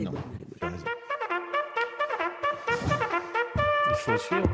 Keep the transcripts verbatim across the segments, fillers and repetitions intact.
non. bonne, elle est bonne. Il faut suivre.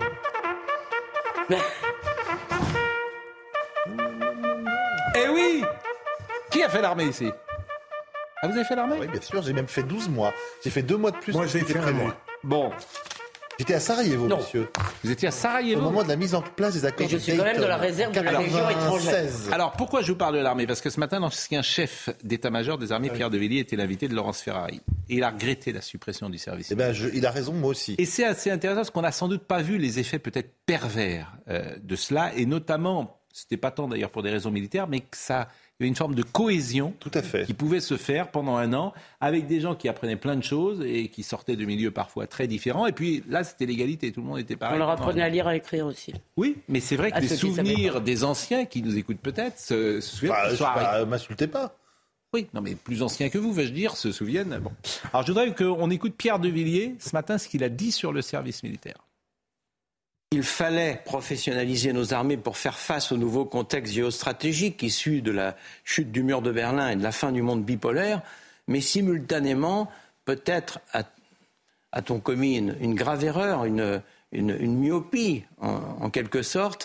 Eh oui! Qui a fait l'armée ici? Ah, vous avez fait l'armée? Oui, bien sûr, j'ai même fait douze mois. J'ai fait deux mois de plus Moi, que j'ai c'était fait un prévu. mois. Bon, J'étais à Sarajevo, Non. monsieur. vous étiez à Sarajevo. Au moment de la mise en place des accords Et je de suis quand même Dayton. de la réserve de la Alors, Légion étrangère. quatre-vingt-seize. Alors, pourquoi je vous parle de l'armée? Parce que ce matin, l'ancien chef d'état-major des armées, Pierre de Villiers, était l'invité de Laurence Ferrari. Et il a regretté la suppression du service. Eh ben, je- il a raison, moi aussi. Et c'est assez intéressant parce qu'on n'a sans doute pas vu les effets peut-être pervers euh, de cela. Et notamment, c'était pas tant d'ailleurs pour des raisons militaires, mais que ça... Il y avait une forme de cohésion Tout à fait. qui pouvait se faire pendant un an avec des gens qui apprenaient plein de choses et qui sortaient de milieux parfois très différents. Et puis là, c'était l'égalité, tout le monde était pareil. On leur pendant apprenait un à an. lire et à écrire aussi. Oui, mais c'est vrai que À les ceux qui savaient souvenirs pas. des anciens qui nous écoutent peut-être se, se souviennent Bah, que ce je- soit arrêté. bah, m'insultez pas. Oui, non mais plus anciens que vous, vais-je dire, se souviennent. Bon. Alors je voudrais qu'on écoute Pierre de Villiers ce matin, ce qu'il a dit sur le service militaire. Il fallait professionnaliser nos armées pour faire face au nouveau contexte géostratégique issu de la chute du mur de Berlin et de la fin du monde bipolaire, mais simultanément, peut-être a- a-t-on commis une, une grave erreur, une, une, une myopie, en, en quelque sorte,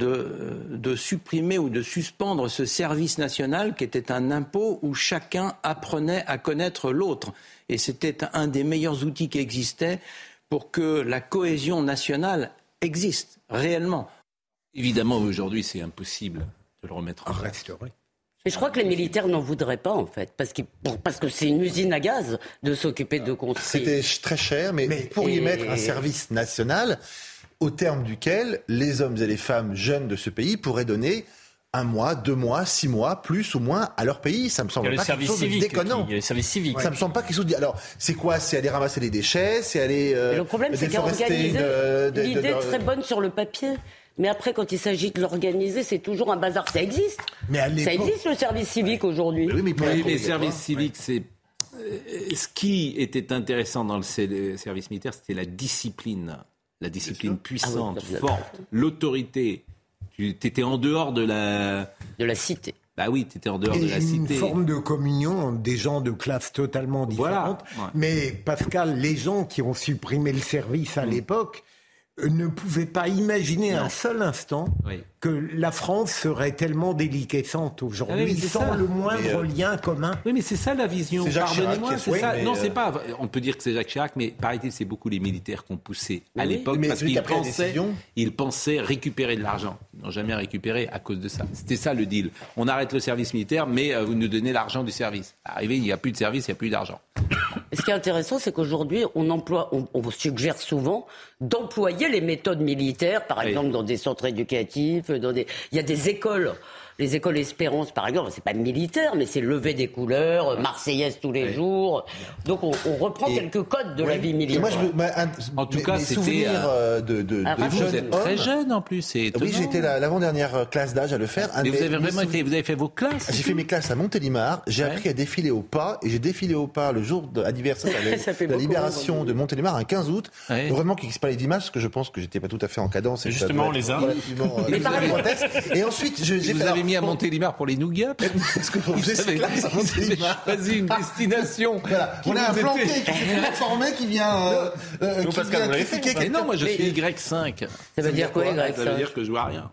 de, de supprimer ou de suspendre ce service national qui était un impôt où chacun apprenait à connaître l'autre. Et c'était un des meilleurs outils qui existaient pour que la cohésion nationale existe réellement. Évidemment, aujourd'hui, c'est impossible de le remettre en place. Resterait. Et je crois que les militaires n'en voudraient pas, en fait, parce, qu'ils- parce que c'est une usine à gaz de s'occuper de construire. C'était ch- très cher, mais, Mais- vous pourriez et- mettre un service national au terme duquel les hommes et les femmes jeunes de ce pays pourraient donner un mois, deux mois, six mois, plus ou moins à leur pays. Ça me Il y semble a le pas quelque service chose de civique. déconnant. qui- Il y a le service civique. Ça me semble pas quelque chose de... Alors, c'est quoi? C'est aller ramasser les déchets? C'est aller euh, Et le problème, c'est qu'à déforester organiser, de- de- de- l'idée est de- très bonne sur le papier. Mais après, quand il s'agit de l'organiser, c'est toujours un bazar. Ça existe. Mais à Ça l'époque, existe, le service civique, aujourd'hui. Oui, mais pour Oui, être les obligatoire. services civiques, c'est... euh, Ce qui était intéressant dans le sé- service militaire, c'était la discipline. La discipline puissante, Ah oui, forte, l'autorité. Tu étais en dehors de la... De la cité. Bah oui, tu étais en dehors de et la une cité. forme de communion, des gens de classes totalement différentes. Voilà, ouais. Mais Pascal, les gens qui ont supprimé le service à l'époque euh, ne pouvaient pas imaginer un seul instant Oui. que la France serait tellement déliquescente Ah oui, aujourd'hui, mais c'est sans ça. le moindre Mais, euh, lien commun. Oui, mais c'est ça la vision. C'est Jacques Pardonnez-moi, Chirac, c'est oui, ça. mais, Non, euh, c'est pas. On peut dire que c'est Jacques Chirac, mais paraît-il, c'est beaucoup les militaires qui ont poussé à Oui. l'époque Mais parce celui qui qu'ils a pris la pensaient, décision- ils pensaient récupérer de l'argent. Ils n'ont jamais récupéré à cause de ça. C'était ça le deal. On arrête le service militaire, mais euh, vous nous donnez l'argent du service. Arrivé, il n'y a plus de service, il n'y a plus d'argent. Et ce qui est intéressant, c'est qu'aujourd'hui, on emploie, on, on suggère souvent d'employer les méthodes militaires, par Oui. exemple dans des centres éducatifs, dans des, il y a des écoles. Les écoles Espérance, par exemple, c'est pas militaire, mais c'est lever des couleurs, Marseillaise tous les Oui. jours. Donc on, on reprend Et- quelques codes de la Oui. vie Et militaire. moi, je me- ma- un- En tout mes- cas, mes c'était, souvenirs euh, euh, de, de, un de rapport. Vous jeunes êtes très hommes. jeune en plus, c'est étonnant. Oui, j'ai été la- l'avant-dernière classe d'âge à le faire. Un Mais vous des- avez mes vraiment été, vous avez fait vos classes. J'ai fait mes classes à Montélimar, j'ai Ouais. appris à défiler au pas, et j'ai défilé au pas le jour de l'anniversaire de la, Ça fait de la beaucoup libération rendre. de Montélimar, un quinze août. Ouais. Heureusement qu'il n'existe pas les images, parce que je pense que j'étais pas tout à fait en cadence. Et Et ça justement, doit on être les a. relativement, euh, Mais par exemple- grotesque. Et ensuite, je- j'ai Vous fait avez alors, mis à bon, Montélimar pour les nougats. parce que on faisait ces classes à Vous avez Montélimar. choisi une destination. Voilà. On a un Vous planqué étiez- qui s'est transformé, qui vient, euh, euh, Nous, qui Pascal, vient vous l'avez fait, critiquer Mais quelqu'un. non, moi je Mais- suis Y cinq. Ça veut dire quoi, Y Ça veut cinq? dire que je vois rien.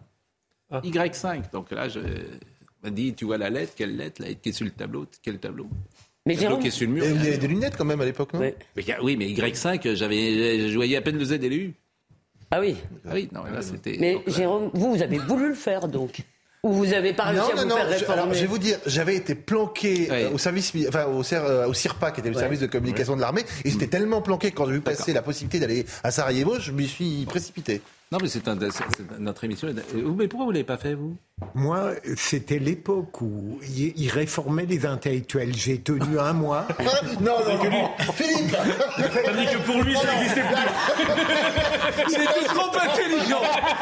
Y cinq. Donc là, je on m'a dit, tu vois la lettre, quelle lettre, la lettre qui est sur le tableau, quel tableau? Mais Le tableau Jérôme, qui est sur le mur. Et vous avez des lunettes quand même à l'époque, non? oui. Mais, y a- oui, mais Y cinq, j'avais, je voyais à peine le Z et le U. Ah oui. Ah oui, non, là c'était. Mais donc là- Jérôme, vous, vous avez voulu le faire donc. Ou vous avez pas réussi Non, à non, vous non. faire je, réformer. alors, je vais vous dire, j'avais été planqué Oui. euh, au service, mi- enfin au, ser- euh, au CIRPA, qui était le Ouais. service de communication de l'armée, et j'étais tellement planqué quand j'ai vu passer la possibilité d'aller à Sarajevo, je m'y suis précipité. Non, mais c'est, un, c'est c'est notre émission. Mais pourquoi vous l'avez pas fait, vous? Moi, c'était l'époque où ils ils réformaient les intellectuels. J'ai tenu un mois. non, non, non, Philippe. Tandis que pour lui, ça n'existait plus. C'est tout trop intelligent.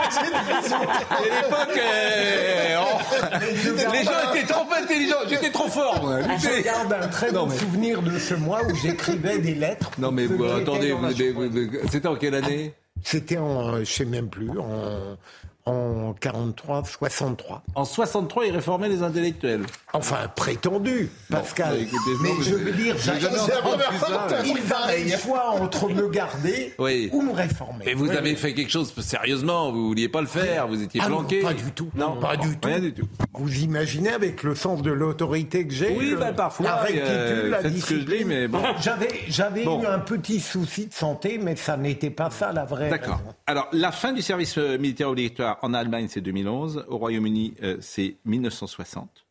À l'époque, euh, oh, les gens étaient trop intelligents. J'étais trop fort, moi. Je garde un très bon souvenir de ce mois où j'écrivais des lettres. Non, mais pour vous, ceux qui attendez, étaient dans vous, la vous- chambre. vous- c'était en quelle année? C'était en, je sais même plus, en, en quarante-trois soixante-trois. En soixante-trois, il réformait les intellectuels. Enfin, prétendu, Pascal. Bon, bah, écoutez, mais non, je mais- veux dire, j'ai jamais j'ai- entendu ça. il va le choix entre me garder Oui. ou me réformer. Mais vous Oui, avez oui. fait quelque chose sérieusement, vous vouliez pas le faire, vous étiez Ah non, planqué. pas du tout. Non, pas du tout. Rien du tout. Vous imaginez avec le sens de l'autorité que j'ai, Oui, le- bah, parfois, la rectitude, euh, la faites ce que je discipline. dis, mais bon. J'avais, j'avais Bon. eu un petit souci de santé, mais ça n'était pas ça la vraie D'accord. raison. Alors, la fin du service euh, militaire obligatoire en Allemagne, c'est deux mille onze. Au Royaume-Uni, euh, c'est mille neuf cent soixante.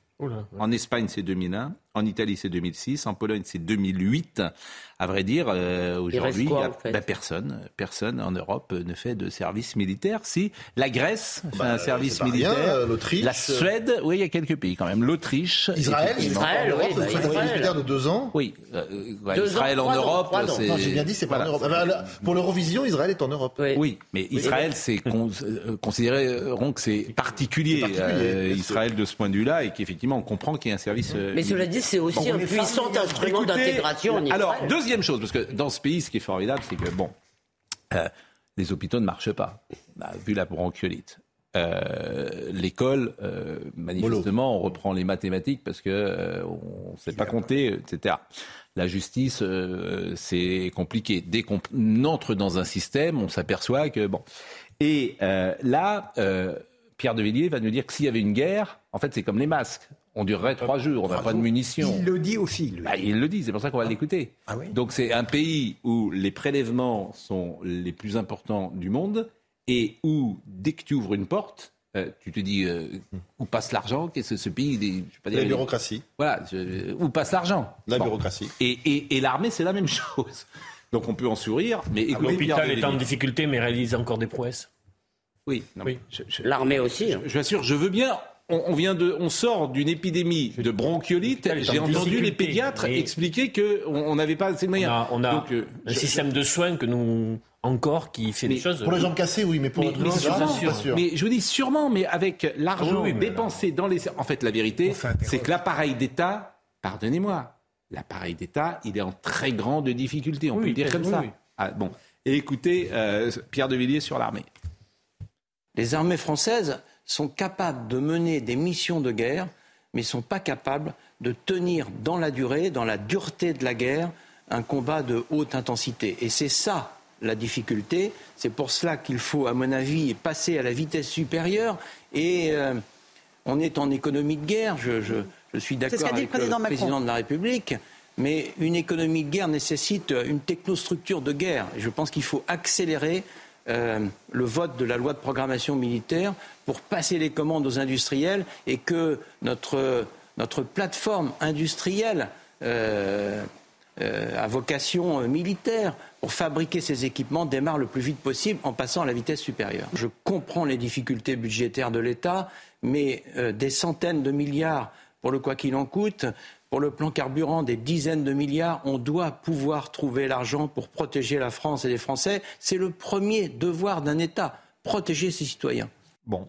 En Espagne, c'est deux mille un. En Italie, c'est deux mille six. En Pologne, c'est deux mille huit. À vrai dire, euh, aujourd'hui, quoi, il y a- en fait bah, personne, personne en Europe ne fait de service militaire. Si la Grèce fait Bah, un service c'est pas rien, militaire, euh, l'Autriche. la Suède, oui, il y a quelques pays quand même. L'Autriche, Israël, c'est effectivement. pas en Israël, Europe, oui, vous bah, faites un Israël. service militaire de deux ans. Oui, euh, ouais, Deux Israël ans, en trois ans, Europe, trois ans. c'est. Non, j'ai bien dit, c'est pas Voilà. en Europe. Ah, bah, là, pour l'Eurovision, Israël est en Europe. Oui. Oui, mais Israël, c'est con, euh, considéreront que c'est particulier, C'est particulier, euh, bien sûr. Israël de ce point de vue-là, et qu'effectivement, on comprend qu'il y a un service. euh, Mais cela dit, c'est aussi Bon, un les puissant familles, instrument Écoutez, d'intégration en Israël. Alors, deuxième chose, parce que dans ce pays, ce qui est formidable, c'est que, bon, euh, les hôpitaux ne marchent pas, bah, vu la bronchiolite. Euh, l'école, euh, manifestement, on reprend les mathématiques parce que euh, on ne sait pas compter, et cetera. La justice, euh, c'est compliqué. Dès qu'on entre dans un système, on s'aperçoit que bon. Et euh, là, euh, Pierre de Villiers va nous dire que s'il y avait une guerre, en fait, c'est comme les masques. On durerait trois jours, on n'a pas de munitions. Il le dit aussi, lui. Bah, il le dit, c'est pour ça qu'on va l'écouter. Ah oui. Donc c'est un pays où les prélèvements sont les plus importants du monde et où, dès que tu ouvres une porte, euh, tu te dis euh, où passe l'argent. Qu'est-ce que ce pays il est- je vais pas dire, La il est- bureaucratie. Voilà, je- où passe l'argent. La Bon. bureaucratie. Et, et- et l'armée, c'est la même chose. Donc on peut en sourire, mais écoutez, Pierre L'hôpital de est en Villiers. difficulté, mais réalise encore des prouesses. Oui, non, Oui. je- je- L'armée aussi. hein. Je vous assure, je veux bien. On, on vient de, on sort d'une épidémie de bronchiolite. Elle est en J'ai entendu les difficulté, pédiatres mais- expliquer que on n'avait pas assez de On moyens. a, on a Donc, euh, un je- système de soins que nous encore qui fait Mais des choses. Pour les jambes cassées, oui, mais pour Mais, notre mais gens, sûrement, je suis pas sûr. mais je vous dis sûrement, mais avec l'argent Oui, oui, mais dépensé dans les. En fait, la vérité, On s'interroge. c'est que l'appareil d'État, pardonnez-moi, l'appareil d'État, il est en très grande difficulté. On Oui, peut le dire oui, comme oui, ça. oui. Ah, bon. Et écoutez, euh, Pierre de Villiers sur l'armée. Les armées françaises sont capables de mener des missions de guerre, mais ne sont pas capables de tenir dans la durée, dans la dureté de la guerre, un combat de haute intensité. Et c'est ça la difficulté. C'est pour cela qu'il faut, à mon avis, passer à la vitesse supérieure. Et euh, on est en économie de guerre. Je, je, je suis C'est ce d'accord qu'a dit avec le président le Macron. président de la République. Mais une économie de guerre nécessite une technostructure de guerre. Et je pense qu'il faut accélérer euh, le vote de la loi de programmation militaire pour passer les commandes aux industriels et que notre, notre plateforme industrielle euh, euh, à vocation euh, militaire pour fabriquer ces équipements démarre le plus vite possible en passant à la vitesse supérieure. Je comprends les difficultés budgétaires de l'État, mais euh, des centaines de milliards pour le quoi qu'il en coûte, pour le plan carburant, des dizaines de milliards, on doit pouvoir trouver l'argent pour protéger la France et les Français. C'est le premier devoir d'un État, protéger ses citoyens. Bon.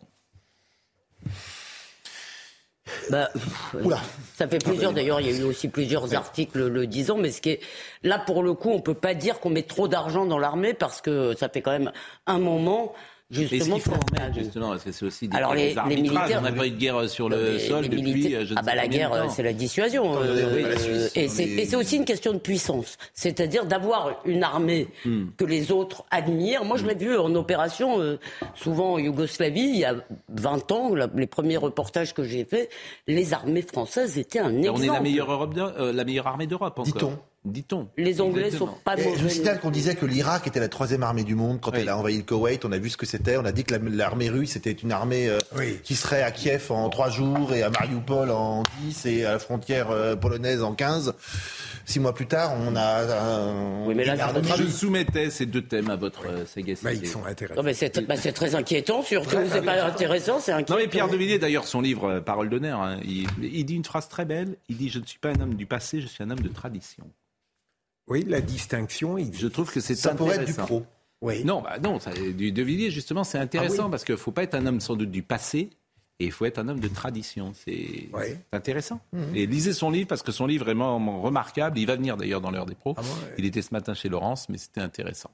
Bah, Oula. ça fait plusieurs, d'ailleurs, il y a eu aussi plusieurs articles le disant, mais ce qui est, là, pour le coup, on peut pas dire qu'on met trop d'argent dans l'armée parce que ça fait quand même un moment, Mais ce justement, qu'il faut pour- en mettre, justement, parce que c'est aussi des, Alors, des les- les arbitrages. militaires- On n'a pas eu de guerre sur le Les- sol les depuis militaires- euh, je ne ah bah sais la combien guerre, de euh, temps. c'est la dissuasion. Quand vous euh, avez la euh, Suisse, et on c'est est- et c'est aussi une question de puissance. C'est-à-dire d'avoir une armée que les autres admirent. Moi, je l'ai vu en opération, euh, souvent en Yougoslavie, il y a vingt ans, la- les premiers reportages que j'ai faits, les armées françaises étaient un Et exemple. on est la meilleure, Europe de- euh, la meilleure armée d'Europe, encore. Dit-on. Dit-on. Les Anglais Exactement. sont pas Et je mauvais. me signale qu'on disait que l'Irak était la troisième armée du monde quand Oui. elle a envahi le Koweït. On a vu ce que c'était. On a dit que la- l'armée russe était une armée euh, Oui. qui serait à Kiev en trois jours et à Mariupol en dix et à la frontière euh, polonaise en quinze. Six mois plus tard, on a un Oui, mais là, milliard c'est de pas Je traduits. soumettais ces deux thèmes à votre euh, sagacité. Bah, ils sont Non, intéressants. mais c'est bah, c'est très inquiétant, surtout. C'est pas intéressant, c'est inquiétant. Non mais Pierre de Villiers, d'ailleurs, son livre euh, Parole d'honneur, hein, il, il dit une phrase très belle. Il dit « Je ne suis pas un homme du passé, je suis un homme de tradition Oui, la distinction, il ». Je trouve que c'est Ça pourrait être du intéressant. pro. Oui. Non, bah non, ça, du De Villiers, justement, c'est intéressant Ah oui. parce qu'il ne faut pas être un homme sans doute du passé et il faut être un homme de tradition. C'est Ouais. c'est intéressant. Et lisez son livre parce que son livre est vraiment remarquable. Il va venir d'ailleurs dans l'heure des pros. Ah bon, ouais. Il était ce matin chez Laurence, mais c'était intéressant.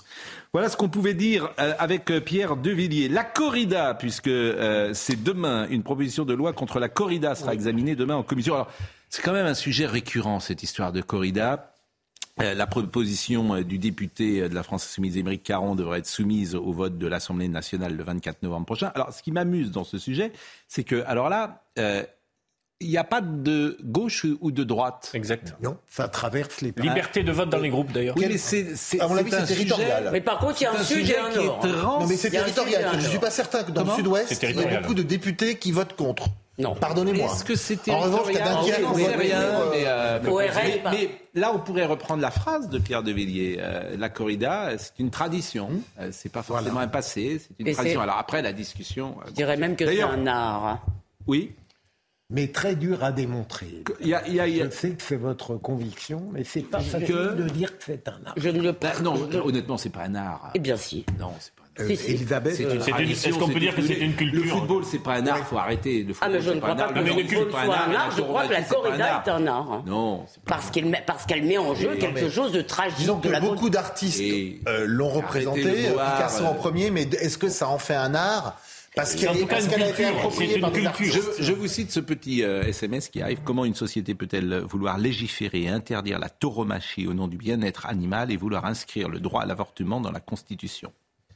Voilà ce qu'on pouvait dire euh, avec Pierre Devilliers. La corrida, puisque euh, c'est demain, une proposition de loi contre la corrida sera examinée demain en commission. Alors, c'est quand même un sujet récurrent, cette histoire de corrida. Euh, la proposition euh, du député de la France Insoumise, Émeric Caron, devrait être soumise au vote de l'Assemblée nationale le vingt-quatre novembre prochain. Alors, ce qui m'amuse dans ce sujet, c'est que, alors là, euh, il n'y a pas de gauche ou de droite. Exact. Non, ça traverse les... Liberté de vote dans les groupes, d'ailleurs. Oui, mais c'est, c'est, à mon avis, c'est c'est un territorial. sujet- Mais par contre, il y a un, c'est un sud sujet et un qui est nord. trans- Non, mais c'est Il y a un territorial. sujet, Je ne suis pas certain que dans Comment le sud-ouest, C'est il y a territorial. beaucoup de députés qui votent contre. Non. Pardonnez-moi. Est-ce que c'est En revanche, territorial? Dunkerque, J'en on sais voit rien, bien, mais, euh, O R L, mais- pas. mais là, on pourrait reprendre la phrase de Pierre Devilliers. Euh, la corrida, c'est une tradition. Hum. Euh, c'est pas forcément un passé, c'est une Et tradition. c'est- Alors après, la discussion... euh, Je dirais même que c'est D'ailleurs- un art. Oui. Mais très dur à démontrer. Il y a, il y a- il y a- Je sais que c'est votre conviction, mais c'est pas facile Que- de dire que c'est un art. Je ne le Bah, non, honnêtement, c'est pas un art. Eh bien si. Non, c'est pas un art. Euh, Si, si. Elisabeth, C'est euh, une C'est une- tradition, est-ce qu'on peut c'est dire que c'est une culture? Le football, c'est pas un art, faut arrêter. Le Ah, mais football, je ne c'est crois un pas art. que le Le football c'est pas soit un la art. Je crois que la chorégraphie, c'est pas un corrida art. est un art. Non, c'est pas Parce qu'elle met, parce qu'elle met en jeu quelque mais- chose de tragique. Disons de que la beaucoup d'artistes Et- euh, l'ont Arrêtez représenté, le noir, Picasso euh, en premier, mais est-ce que ça en fait un art parce C'est qu'elle en est- tout cas parce une qu'elle a été culture, appropriée c'est une par des culture. artistes. Je, je vous cite ce petit euh, S M S qui arrive. Comment une société peut-elle vouloir légiférer et interdire la tauromachie au nom du bien-être animal et vouloir inscrire le droit à l'avortement dans la Constitution?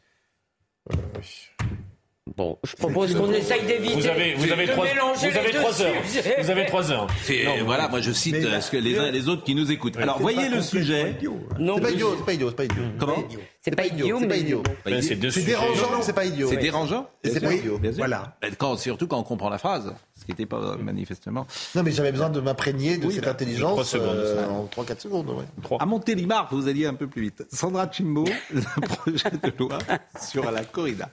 Bon, je propose qu'on essaye d'éviter Vous avez, vous avez de trois, mélanger vous avez les deux trois heures. sujets. Vous avez trois heures. Et, Non, voilà, moi je cite Mais euh, ce que les uns et les autres qui nous écoutent. Alors, c'est voyez pas le complètement sujet. idiot, hein. Non, C'est pas mais- idiot, c'est pas idiot, c'est pas idiot. Comment? C'est pas idiot, c'est pas mais- idiot. Ben, c'est deux C'est sujets. dérangeant, c'est pas idiot. C'est Ouais. dérangeant. Et c'est bien pas sûr, idiot. bien sûr. Voilà. Ben, quand, surtout quand on comprend la phrase, ce qui n'était pas manifestement. Non, mais j'avais besoin de m'imprégner de Oui, cette bah, intelligence trois secondes, euh, ça. en trois quatre secondes. Ouais. À Montélimar, vous alliez un peu plus vite. Sandra Chimbo, le projet de loi sur la corrida.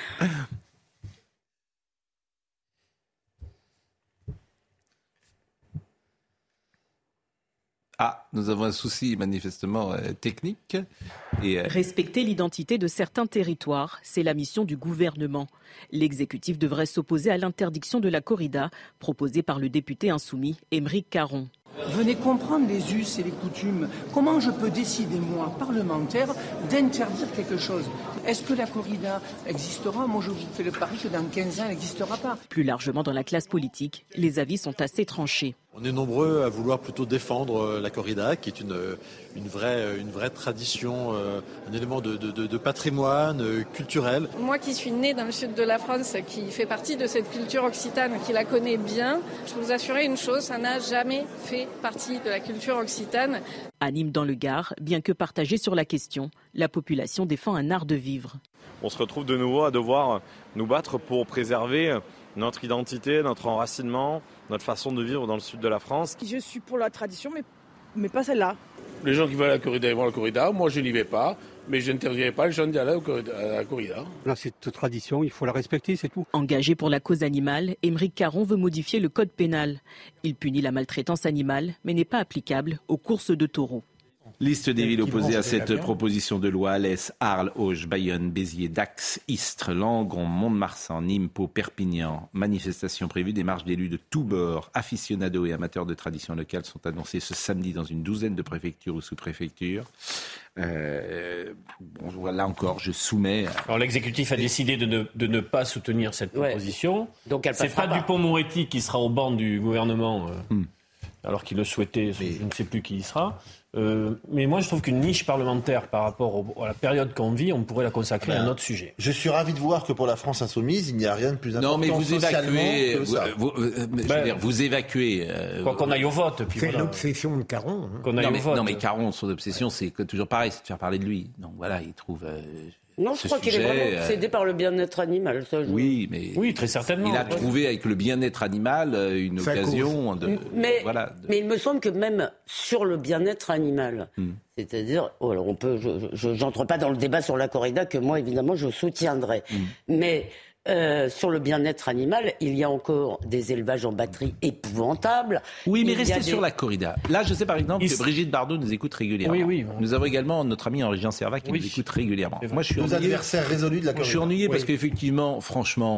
Ah, nous avons un souci manifestement euh, technique. Et, euh, Respecter l'identité de certains territoires, c'est la mission du gouvernement. L'exécutif devrait s'opposer à l'interdiction de la corrida proposée par le député insoumis Émeric Caron. Venez comprendre les us et les coutumes. Comment je peux décider, moi, parlementaire, d'interdire quelque chose? Est-ce que la corrida existera? Moi, je vous fais le pari que dans quinze ans, elle n'existera pas. Plus largement dans la classe politique, les avis sont assez tranchés. On est nombreux à vouloir plutôt défendre la corrida, qui est une, une, vraie, une vraie tradition, un élément de, de, de patrimoine culturel. Moi qui suis née dans le sud de la France, qui fait partie de cette culture occitane, qui la connaît bien, je peux vous assurer une chose, ça n'a jamais fait partie de la culture occitane. À Nîmes dans le Gard, bien que partagée sur la question, la population défend un art de vivre. On se retrouve de nouveau à devoir nous battre pour préserver notre identité, notre enracinement, notre façon de vivre dans le sud de la France. Je suis pour la tradition, mais, mais pas celle-là. Les gens qui veulent la corrida, ils vont à la corrida. Moi, je n'y vais pas, mais je n'interdirai pas les gens d'y aller à la corrida. Là, cette tradition, il faut la respecter, c'est tout. Engagé pour la cause animale, Émeric Caron veut modifier le code pénal. Il punit la maltraitance animale, mais n'est pas applicable aux courses de taureaux. Liste des villes qui opposées à mange de la cette viande. proposition de loi: Alès, Arles, Auge, Bayonne, Béziers, Dax, Istres, Langres, Mont-de-Marsan, Nîmes, Pau, Perpignan. Manifestations prévues, des marches d'élus de tous bords, aficionados et amateurs de tradition locale sont annoncés ce samedi dans une douzaine de préfectures ou sous-préfectures. Euh, bon, là encore, je soumets. Alors l'exécutif a décidé de ne, de ne pas soutenir cette Ouais. proposition. Donc elle C'est passera pas pas. Dupond-Moretti qui sera au banc du gouvernement, euh, Hmm. alors qu'il le souhaitait, je ne sais plus qui y sera. Euh, mais moi, je trouve qu'une niche parlementaire par rapport au- à la période qu'on vit, on pourrait la consacrer à un autre sujet. Je suis ravi de voir que pour la France insoumise, il n'y a rien de plus important Non, mais vous socialement évacuez. que Vous, ça. vous- euh, je veux Ben, dire, vous évacuez. euh, Quoi qu'on aille au vote, puis C'est voilà. l'obsession de Caron. hein. Qu'on aille Non au mais, vote. non mais Caron, son obsession, c'est que toujours pareil, c'est de faire parler de lui. Donc voilà, il trouve. euh, Non, je ce crois qu'il est sujet, vraiment euh, obsédé par le bien-être animal. Ça, je- Oui, mais Oui, très certainement. il a Ouais. trouvé avec le bien-être animal euh, une Sa occasion de. Mais, voilà. de- mais il me semble que même sur le bien-être animal, Hmm. c'est-à-dire, oh, alors on peut, je n'entre pas dans le débat sur la corrida que moi évidemment je soutiendrai, Hmm. mais euh, sur le bien-être animal, il y a encore des élevages en batterie épouvantables. Oui, mais Il y a restez des- sur la corrida. Là, je sais par exemple Il que s- Brigitte Bardot nous écoute régulièrement. Oui, oui. Nous avons également notre ami Henri Jean Servat qui Oui. nous écoute régulièrement. C'est vrai. Moi, je suis Nos ennuyé. adversaires résolus de la Moi, je corrida. suis ennuyé parce Oui. qu'effectivement, franchement,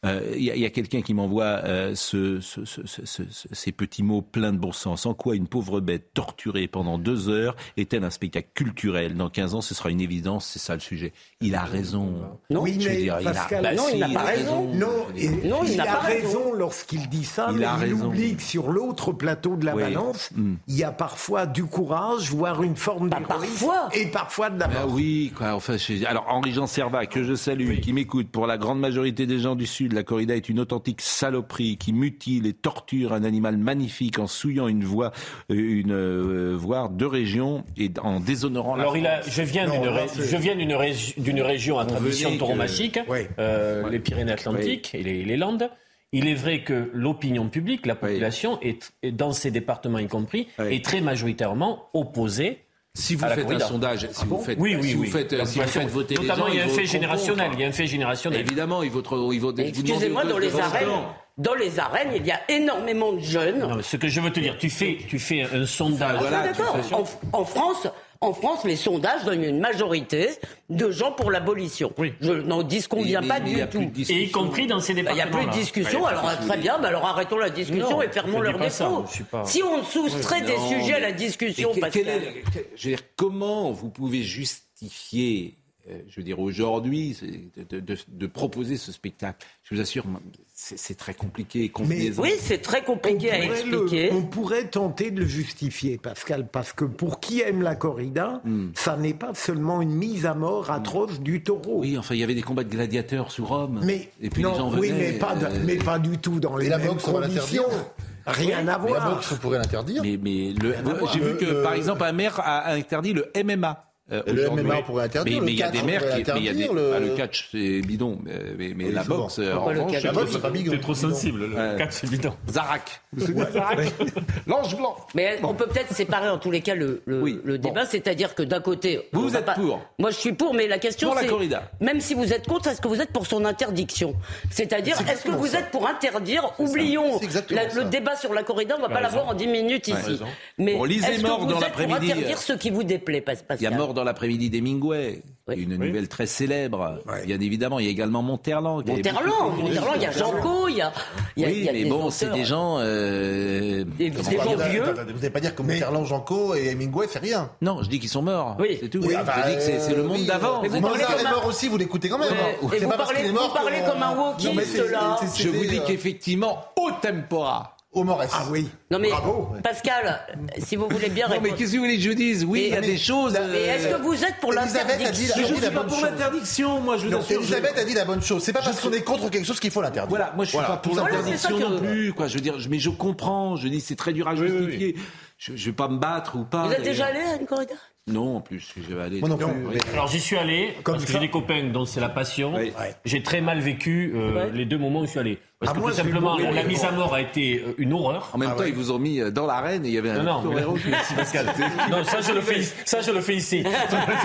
Il euh, y, y a quelqu'un qui m'envoie euh, ce, ce, ce, ce, ce, ces petits mots pleins de bon sens. En quoi une pauvre bête torturée pendant deux heures est-elle un spectacle culturel ? Dans quinze ans, ce sera une évidence, c'est ça le sujet. Il a raison. Non, oui, mais dire, Pascal, il a, bah non, si, il n'a pas raison. raison. Non, il, non, il, il n'a a pas raison, raison lorsqu'il dit ça, il mais a il raison. oublie que sur l'autre plateau de la oui. balance, mm. il y a parfois du courage, voire une forme bah, d'héroïsme, parfois. et parfois de la mort. Bah oui, quoi. Enfin, je... alors Henri-Jean Servat, que je salue, oui. qui m'écoute, pour la grande majorité des gens du Sud, la corrida est une authentique saloperie qui mutile et torture un animal magnifique en souillant une voie, une euh, voire deux régions et en déshonorant Alors la il a, France. je viens d'une, ré, je viens d'une, ré, d'une région à tradition tauromachique, que... oui. euh, oui. les Pyrénées-Atlantiques oui. et les, les Landes. Il est vrai que l'opinion publique, la population, oui. est, est, dans ces départements y compris, oui. est très majoritairement opposée. Si vous faites corrida. un sondage, si ah bon vous faites, oui, oui, si oui. vous faites, si vous faites voter les gens, notamment il y a un fait contre, générationnel. contre. Il y a un fait générationnel. Évidemment, il vote. Il vote excusez-moi, dans les arènes, dans les arènes, il y a énormément de jeunes. Non, mais ce que je veux te dire, tu fais, tu fais un sondage. Ah, voilà, d'accord. En, en France. En France, les sondages donnent une majorité de gens pour l'abolition. Oui. Je n'en disconviens pas du tout. Et y compris dans ces départements. Il n'y a plus de discussion. Alors très bien, bah alors arrêtons la discussion non, et fermons leur défaut. Pas... Si on soustrait oui, des non, sujets à la discussion, que, Pascal... est, je veux dire, comment vous pouvez justifier, euh, je veux dire, aujourd'hui, de, de, de proposer ce spectacle ? Je vous assure, c'est, c'est très compliqué. Mais oui, c'est très compliqué à expliquer. Le, on pourrait tenter de le justifier, Pascal, parce que pour qui aime la corrida, mm. ça n'est pas seulement une mise à mort atroce mm. du taureau. Oui, enfin, il y avait des combats de gladiateurs sous Rome. Mais, et puis non, les gens oui, venaient, mais, pas de, euh... mais pas du tout dans les et mêmes la boxe, conditions. Rien à voir. Mais la boxe, on pourrait l'interdire. Mais, mais le, j'ai vu que, le... par exemple, un maire a interdit le M M A. Euh, le M M A pourrait interdire. Mais il y a des maires qui. Mais y a des, le... Ah, le catch, c'est bidon. Mais, mais, mais oui, la boxe, en revanche. La boxe, c'est pas bidon. T'es trop sensible. Le ouais. catch, c'est bidon. Zarak. Zarak. L'ange blanc. Mais on peut peut-être séparer en tous les cas le, le, oui. le débat. Bon. C'est-à-dire que d'un côté. Vous, vous êtes pas... pour. Moi, je suis pour, mais la question pour c'est. La corrida. Même si vous êtes contre, est-ce que vous êtes pour son interdiction ? C'est-à-dire, c'est est-ce que vous ça. êtes pour interdire ? C'est Oublions la, le débat sur la corrida, on ne va pas l'avoir en dix minutes ici. Mais est-ce que vous êtes pour interdire ce qui vous déplaît, Pascal ? Il y a mort dans l'après-midi d'Hemingway. Oui. Une oui. nouvelle très célèbre, oui. bien évidemment. Il y a également Monterland. Monterland, Monterland, il y a Janco, il y a. Il y a oui, il y a mais bon, auteurs. C'est des gens. Euh... Des, des gens vieux. Vous n'allez pas dire que Monterland, Janco et Hemingway, c'est rien. Non, je dis qu'ils sont morts. Oui. C'est tout. Oui, bah, je dis que c'est, c'est le monde oui, d'avant. Mais vous parlez comme est mort aussi, vous l'écoutez quand même. Et vous parlez, vous parlez comme un wokiste là. Je vous dis qu'effectivement, au tempora. Au Morès. Ah oui. Non mais bravo. Pascal, si vous voulez bien. Non mais qu'est-ce que vous voulez que je dise ? Oui, il y a des choses. Mais est-ce que vous êtes pour l'interdiction ? Je ne suis pas pour l'interdiction, moi je vous assure. Elisabeth a dit la bonne chose. C'est pas parce qu'on est contre quelque chose qu'il faut l'interdire. Voilà, moi je suis pas pour l'interdiction non plus. Quoi, je veux dire, mais je comprends. Je dis c'est très dur à justifier. Je, je vais pas me battre ou pas. Vous êtes déjà allé à une corrida ? Non, en plus, je vais aller. Moi non plus. Oui. Alors j'y suis allé Comme parce ça. que j'ai des copains dont c'est la passion. Oui. J'ai très mal vécu euh, ouais. les deux moments où je suis allé. Parce ah que moi, tout simplement, la, la mise à mort a été une horreur. En même ah temps, ouais. ils vous ont mis dans l'arène et il y avait non, un non, héros. Pascal. Non, ça je le fais, ça je le fais ici. Et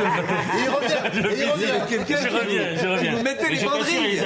il revient. Je, il revient. je reviens, je reviens. Vous mettez les banderilles.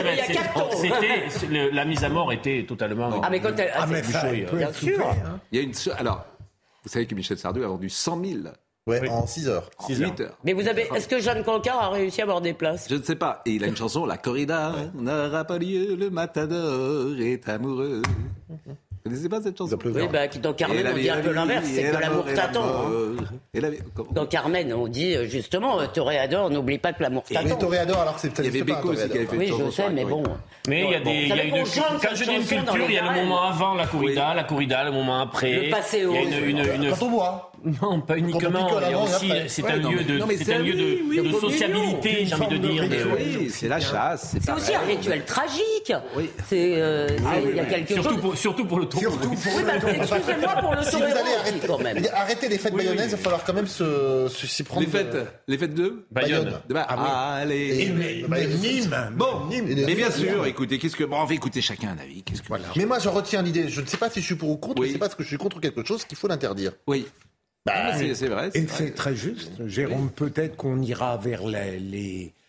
C'était la mise à mort était totalement. Ah mais quand elle, ah mais bien sûr. Il y a une alors, vous savez que Michel Sardou a vendu cent mille. Ouais, oui. En six heures. En huit heures. Mais vous avez, est-ce que Jeanne Cancard a réussi à avoir des places ? Je ne sais pas. Et il a une chanson, La corrida n'aura pas lieu, le matador est amoureux. Vous connaissez pas cette chanson ? Oui, bah, dans Carmen, on dit un peu l'inverse, c'est que l'amour t'attend. Hein. Dans Carmen, on dit justement, Toréador, n'oublie pas que l'amour t'attend. Mais Toréador, alors c'est peut-être. Il y avait Beko aussi qui avait fait une chanson. Oui, je sais, mais bon. Mais il y a des. Il y a une, quand je dis une culture, il y a le moment avant la corrida, la corrida, le moment après. Le passé haut. Il y a une, une, une... Quand on boit. Non, pas uniquement. Il y a aussi, c'est un lieu de, c'est un lieu de, de sociabilité, j'ai envie de dire. Oui, c'est la chasse. C'est aussi un rituel tragique. C'est, il y a quelque chose. Surtout pour, surtout pour le taureau. Surtout pour oui, bah, excusez-moi pour le taureau aussi, quand même. Arrêtez les fêtes bayonnaises, il va falloir quand même se, s'y prendre. Les fêtes, les fêtes de Bayonne. Allez. Nîmes. Bon, mais bien sûr, écoutez, qu'est-ce que, bon, on va écouter chacun un avis. Qu'est-ce que. Mais moi, je retiens l'idée. Je ne sais pas si je suis pour ou contre, mais c'est parce que je suis contre quelque chose qu'il faut l'interdire. Oui. Bah, c'est, c'est vrai. C'est et vrai. c'est très juste. Jérôme, peut-être qu'on ira vers les, les,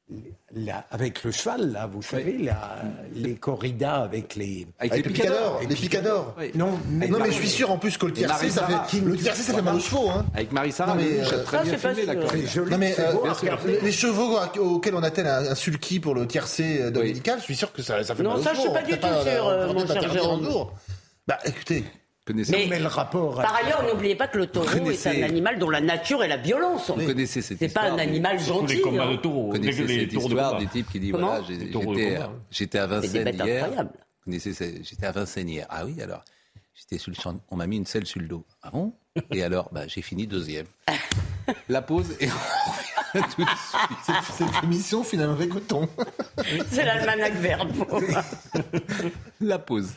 La, avec le cheval, là, vous savez, la, les corridas avec les... Avec, avec les picadors, les picadors. Oui. Non, mais, non, mais je suis sûr en plus que le tiercé, ça fait, le tiercé, ça fait mal aux chevaux. Hein. Avec Marie-Sarah, mais j'ai très bien filmé la corrida. Non, mais euh, les, les chevaux auxquels on attelle un, un sulky pour le tiercé dominical, je suis sûr que ça, ça fait non, mal aux ça, chevaux. Non, ça, je suis pas du tout sûr, euh, mon cher Jérôme. Bah, écoutez... Mais, mais le rapport par ailleurs, n'oubliez pas que le taureau est un animal dont la nature est la violence. Vous connaissez cette C'est pas un animal gentil. Tous les combats hein. de taureaux. Vous connaissez les, les cette histoire du type qui dit Comment voilà, j'étais, j'étais à Vincennes hier. Vous connaissez, j'étais à Vincennes hier. Ah oui, alors j'étais sur le champ. On m'a mis une selle sur le dos. Ah bon? Et alors, bah, j'ai fini deuxième. La pause et on revient tout de suite. Cette, cette émission finalement avec autant. C'est l'almanach vert. La pause.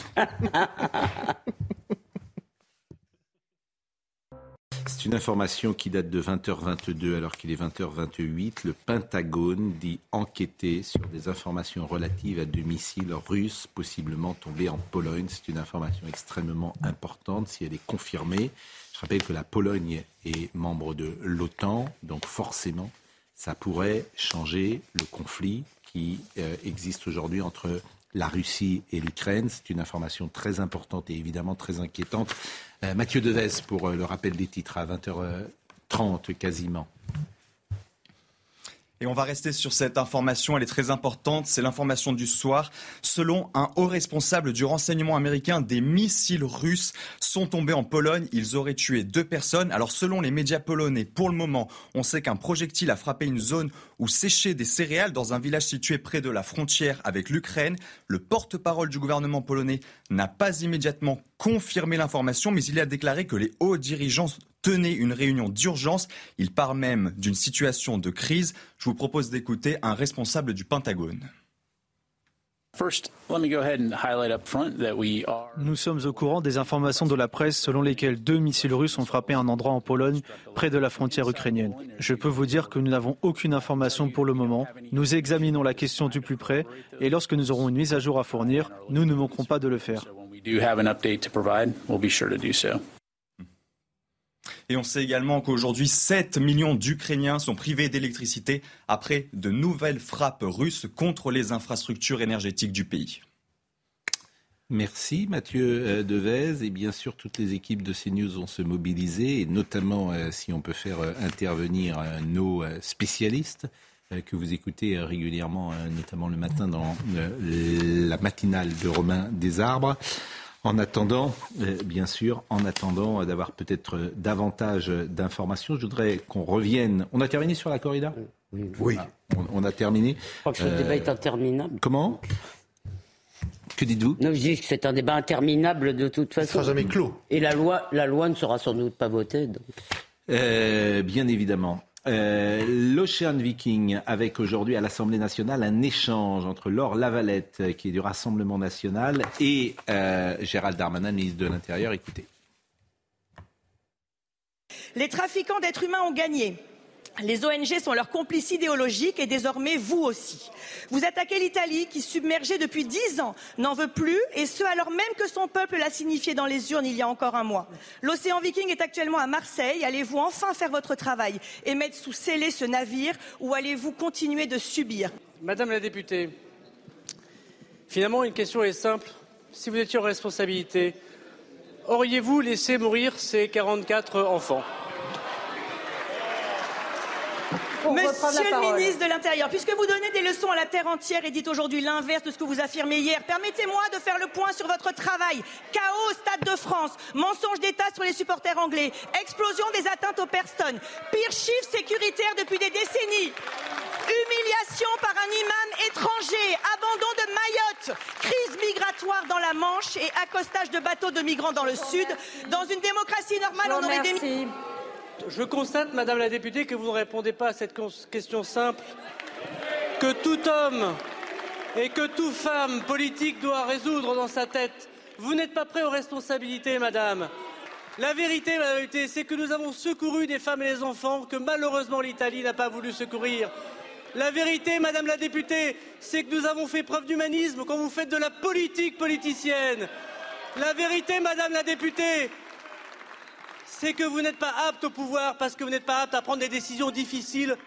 C'est une information qui date de vingt heures vingt-deux alors qu'il est vingt heures vingt-huit. Le Pentagone dit enquêter sur des informations relatives à deux missiles russes possiblement tombés en Pologne. C'est une information extrêmement importante si elle est confirmée. Je rappelle que la Pologne est membre de l'OTAN, donc forcément ça pourrait changer le conflit qui euh, existe aujourd'hui entre la Russie et l'Ukraine. C'est une information très importante et évidemment très inquiétante. Euh, Mathieu Devez pour euh, le rappel des titres à vingt heures trente quasiment. Et on va rester sur cette information, elle est très importante, c'est l'information du soir. Selon un haut responsable du renseignement américain, des missiles russes sont tombés en Pologne. Ils auraient tué deux personnes. Alors selon les médias polonais, pour le moment, on sait qu'un projectile a frappé une zone où séchaient des céréales dans un village situé près de la frontière avec l'Ukraine. Le porte-parole du gouvernement polonais n'a pas immédiatement confirmé l'information, mais il a déclaré que les hauts dirigeants tenait une réunion d'urgence. Il parle même d'une situation de crise. Je vous propose d'écouter un responsable du Pentagone. Nous sommes au courant des informations de la presse selon lesquelles deux missiles russes ont frappé un endroit en Pologne, près de la frontière ukrainienne. Je peux vous dire que nous n'avons aucune information pour le moment. Nous examinons la question du plus près et lorsque nous aurons une mise à jour à fournir, nous ne manquerons pas de le faire. Et on sait également qu'aujourd'hui, sept millions d'Ukrainiens sont privés d'électricité après de nouvelles frappes russes contre les infrastructures énergétiques du pays. Merci Mathieu Devez. Et bien sûr, toutes les équipes de CNews vont se mobiliser, et notamment euh, si on peut faire euh, intervenir euh, nos euh, spécialistes euh, que vous écoutez euh, régulièrement, euh, notamment le matin dans euh, la matinale de Romain Desarbres. En attendant, euh, bien sûr, en attendant d'avoir peut-être euh, davantage d'informations, je voudrais qu'on revienne. On a terminé sur la corrida ? Oui. oui. Ah, on, on a terminé. Je crois que ce euh, débat est interminable. Comment ? Que dites-vous ? Non, je dis que c'est un débat interminable de toute façon. Il ne sera jamais clos. Et la loi, la loi ne sera sans doute pas votée. Donc. Euh, bien évidemment. Euh, L'Ocean Viking avec aujourd'hui à l'Assemblée nationale un échange entre Laure Lavalette qui est du Rassemblement national et euh, Gérald Darmanin, ministre de l'Intérieur. Écoutez. Les trafiquants d'êtres humains ont gagné. Les O N G sont leurs complices idéologiques et désormais vous aussi. Vous attaquez l'Italie qui, submergée depuis dix ans, n'en veut plus, et ce alors même que son peuple l'a signifié dans les urnes il y a encore un mois. L'Océan Viking est actuellement à Marseille. Allez-vous enfin faire votre travail et mettre sous scellé ce navire, ou allez-vous continuer de subir ? Madame la députée, finalement une question est simple. Si vous étiez en responsabilité, auriez-vous laissé mourir ces quarante-quatre enfants ? Monsieur le ministre de l'Intérieur, puisque vous donnez des leçons à la terre entière et dites aujourd'hui l'inverse de ce que vous affirmez hier, permettez-moi de faire le point sur votre travail. Chaos au Stade de France, mensonge d'État sur les supporters anglais, explosion des atteintes aux personnes, pire chiffre sécuritaire depuis des décennies, humiliation par un imam étranger, abandon de Mayotte, crise migratoire dans la Manche et accostage de bateaux de migrants dans le Sud. Dans une démocratie normale, on aurait des... Je constate, Madame la députée, que vous ne répondez pas à cette question simple que tout homme et que toute femme politique doit résoudre dans sa tête. Vous n'êtes pas prêt aux responsabilités, Madame. La vérité, Madame la députée, c'est que nous avons secouru des femmes et des enfants que malheureusement l'Italie n'a pas voulu secourir. La vérité, Madame la députée, c'est que nous avons fait preuve d'humanisme quand vous faites de la politique politicienne. La vérité, Madame la députée, c'est que vous n'êtes pas apte au pouvoir parce que vous n'êtes pas apte à prendre des décisions difficiles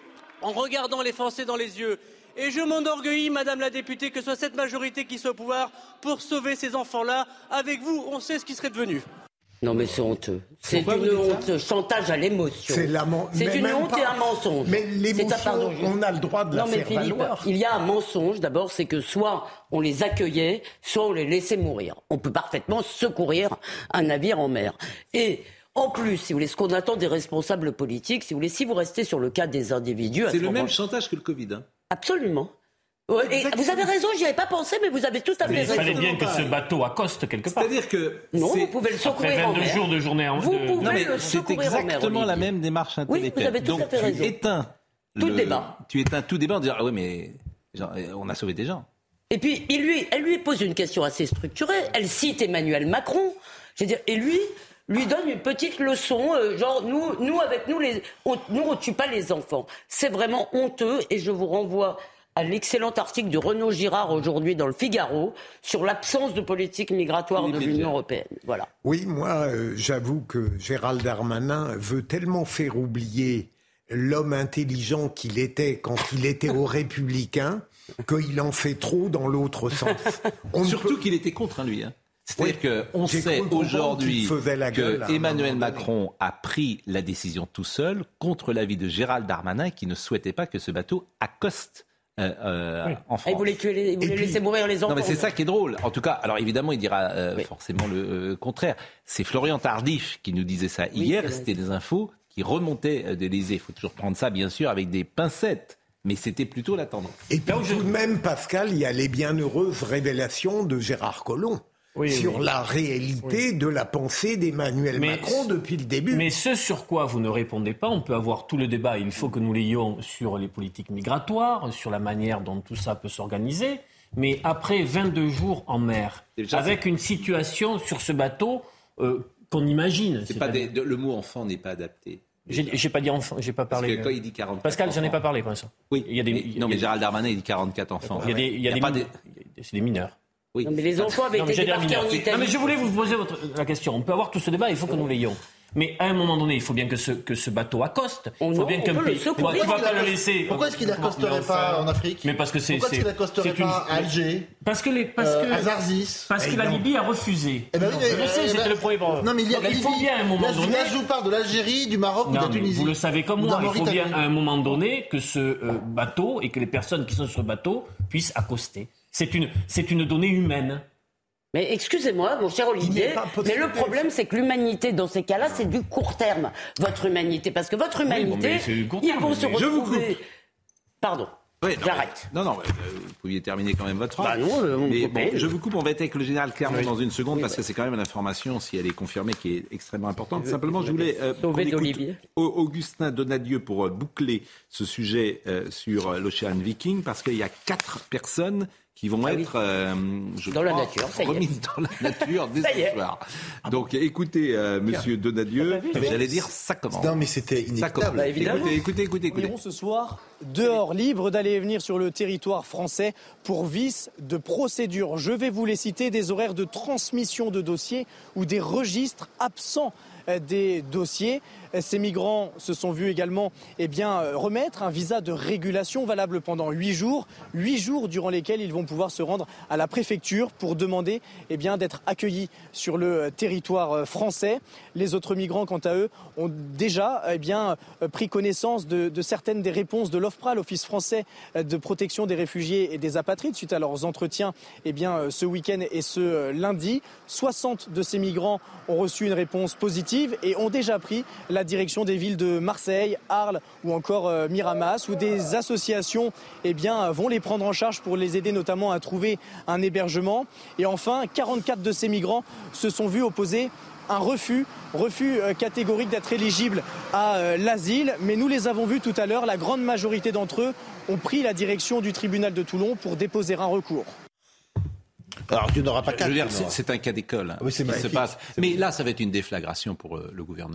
en regardant les Français dans les yeux. Et je m'enorgueillis, Madame la députée, que ce soit cette majorité qui soit au pouvoir pour sauver ces enfants-là. Avec vous, on sait ce qui serait devenu. Non mais c'est honteux. C'est une honte, chantage à l'émotion. C'est, lament... c'est une honte pas... et un mensonge. Mais l'émotion, un... Pardon, je... on a le droit de non, la mais faire Philippe, valoir. Il y a un mensonge, d'abord, c'est que soit on les accueillait, soit on les laissait mourir. On peut parfaitement secourir un navire en mer. Et en plus, si vous voulez, ce qu'on attend des responsables politiques, si vous voulez, si vous restez sur le cas des individus... C'est le moment... même chantage que le Covid. Hein. Absolument. Ouais, et vous avez raison, j'y avais pas pensé, mais vous avez tout à fait raison. Il fallait bien que ce bateau accoste quelque part. C'est-à-dire que non, vous pouvez le secourir en mer. Après vingt-deux jours de journée en Vous de... pouvez non, mais le c'est exactement la même démarche intellectuelle. Oui, vous avez tout Donc, à fait tu raison. éteins tout le... le débat. Tu éteins tout débat en disant ah oui mais genre, on a sauvé des gens. Et puis il lui, elle lui pose une question assez structurée. Elle cite Emmanuel Macron. Je veux dire, et lui. lui donne une petite leçon, euh, genre nous, nous avec nous, les, on, nous on tue pas les enfants. C'est vraiment honteux et je vous renvoie à l'excellent article de Renaud Girard aujourd'hui dans le Figaro sur l'absence de politique migratoire de l'Union européenne. Voilà. Oui, moi euh, j'avoue que Gérald Darmanin veut tellement faire oublier l'homme intelligent qu'il était quand il était aux Républicains qu'il en fait trop dans l'autre sens. On Surtout peut... qu'il était contre hein, lui. Hein. C'est-à-dire oui, qu'on sait aujourd'hui que Emmanuel Macron a pris la décision tout seul contre l'avis de Gérald Darmanin qui ne souhaitait pas que ce bateau accoste euh, euh, oui. en France. Il voulait, tuer les, il voulait puis, laisser mourir les enfants. Non mais c'est ça qui est drôle. En tout cas, alors évidemment, il dira euh, oui. forcément le euh, contraire. C'est Florian Tardif qui nous disait ça oui, hier. C'était des infos qui remontaient de l'Élysée. Il faut toujours prendre ça, bien sûr, avec des pincettes. Mais c'était plutôt la tendance. Et puis tout de même, Pascal, il y a les bienheureuses révélations de Gérard Collomb. Oui, sur oui. la réalité oui. de la pensée d'Emmanuel mais, Macron depuis le début. Mais ce sur quoi vous ne répondez pas, on peut avoir tout le débat, il faut que nous l'ayons sur les politiques migratoires, sur la manière dont tout ça peut s'organiser, mais après vingt-deux jours en mer, déjà, avec c'est... une situation sur ce bateau euh, qu'on imagine. C'est pas des, de, le mot enfant n'est pas adapté. J'ai, j'ai pas dit enfant, j'ai pas parlé. Parce que quand il dit quarante-quatre Pascal, enfants, j'en ai pas parlé, pour ça. Oui, il y a des. Mais, non, mais Gérald Darmanin il dit quarante-quatre enfants. Il y a des, il y a, il y a des, pas des... C'est des mineurs. Oui. Non, mais les enfants avaient non, été débarqués en Italie. Non, mais je voulais vous poser votre, la question. On peut avoir tout ce débat, il faut que nous l'ayons. Mais à un moment donné, il faut bien que ce, que ce bateau accoste. Il faut non, bien qu'un pays. Tu ne vas pas le laisser. Pourquoi est-ce qu'il n'accosterait pas en Afrique? Mais parce que c'est. Pourquoi est-ce qu'il n'accosterait pas à Alger? Parce que les. Parce que. À Zarzis. Parce que la Libye a refusé. Eh ben oui, je sais, j'étais le premier. Non, mais il y a. Il faut bien à un moment donné. Là, je vous parle de l'Algérie, du Maroc ou de la Tunisie. Vous le savez comme moi. Il faut bien à un moment donné que ce bateau et que les personnes qui sont sur le bateau puissent accoster. C'est une, c'est une donnée humaine. Mais excusez-moi, mon cher Olivier, mais le problème, c'est que l'humanité, dans ces cas-là, c'est du court terme. Votre humanité, parce que votre humanité, oui, bon, ils vont se retrouver... Je vous coupe. Pardon. Oui, non, J'arrête. Non, non, vous pouviez terminer quand même votre phrase. Bah non, euh, mais bon, je vous coupe, on va être avec le général Clermont oui. dans une seconde, oui, parce bah. que c'est quand même une information, si elle est confirmée, qui est extrêmement importante. Simplement, je voulais euh, qu'on écoute Augustin Donadieu pour euh, boucler ce sujet euh, sur euh, l'Ocean Viking, parce qu'il y a quatre personnes qui vont ah être, oui. euh, je dans crois, la nature, ça remises dans la nature dès ce soir. Donc, écoutez, euh, Monsieur Donadieu, j'allais dire, ça commence. Non, mais c'était inévitable. Bah, évidemment. Écoutez, écoutez, écoutez. écoutez. Nous irons ce soir dehors, libres d'aller et venir sur le territoire français pour vice de procédure. Je vais vous les citer, des horaires de transmission de dossiers ou des registres absents des dossiers. Ces migrants se sont vus également eh bien, remettre un visa de régulation valable pendant huit jours. Huit jours durant lesquels ils vont pouvoir se rendre à la préfecture pour demander eh bien, d'être accueillis sur le territoire français. Les autres migrants, quant à eux, ont déjà eh bien, pris connaissance de, de certaines des réponses de l'OFPRA, l'Office français de protection des réfugiés et des apatrides, suite à leurs entretiens eh bien, ce week-end et ce lundi. soixante de ces migrants ont reçu une réponse positive et ont déjà pris la direction des villes de Marseille, Arles ou encore euh, Miramas, où des associations eh bien, vont les prendre en charge pour les aider notamment à trouver un hébergement. Et enfin, quarante-quatre de ces migrants se sont vus opposer un refus, refus euh, catégorique d'être éligibles à euh, l'asile. Mais nous les avons vus tout à l'heure, la grande majorité d'entre eux ont pris la direction du tribunal de Toulon pour déposer un recours. Alors, tu n'auras pas quatre. Je veux dire, c'est, c'est un cas d'école hein, oui, c'est qui se passe. C'est Mais là, ça va être une déflagration pour euh, le gouvernement.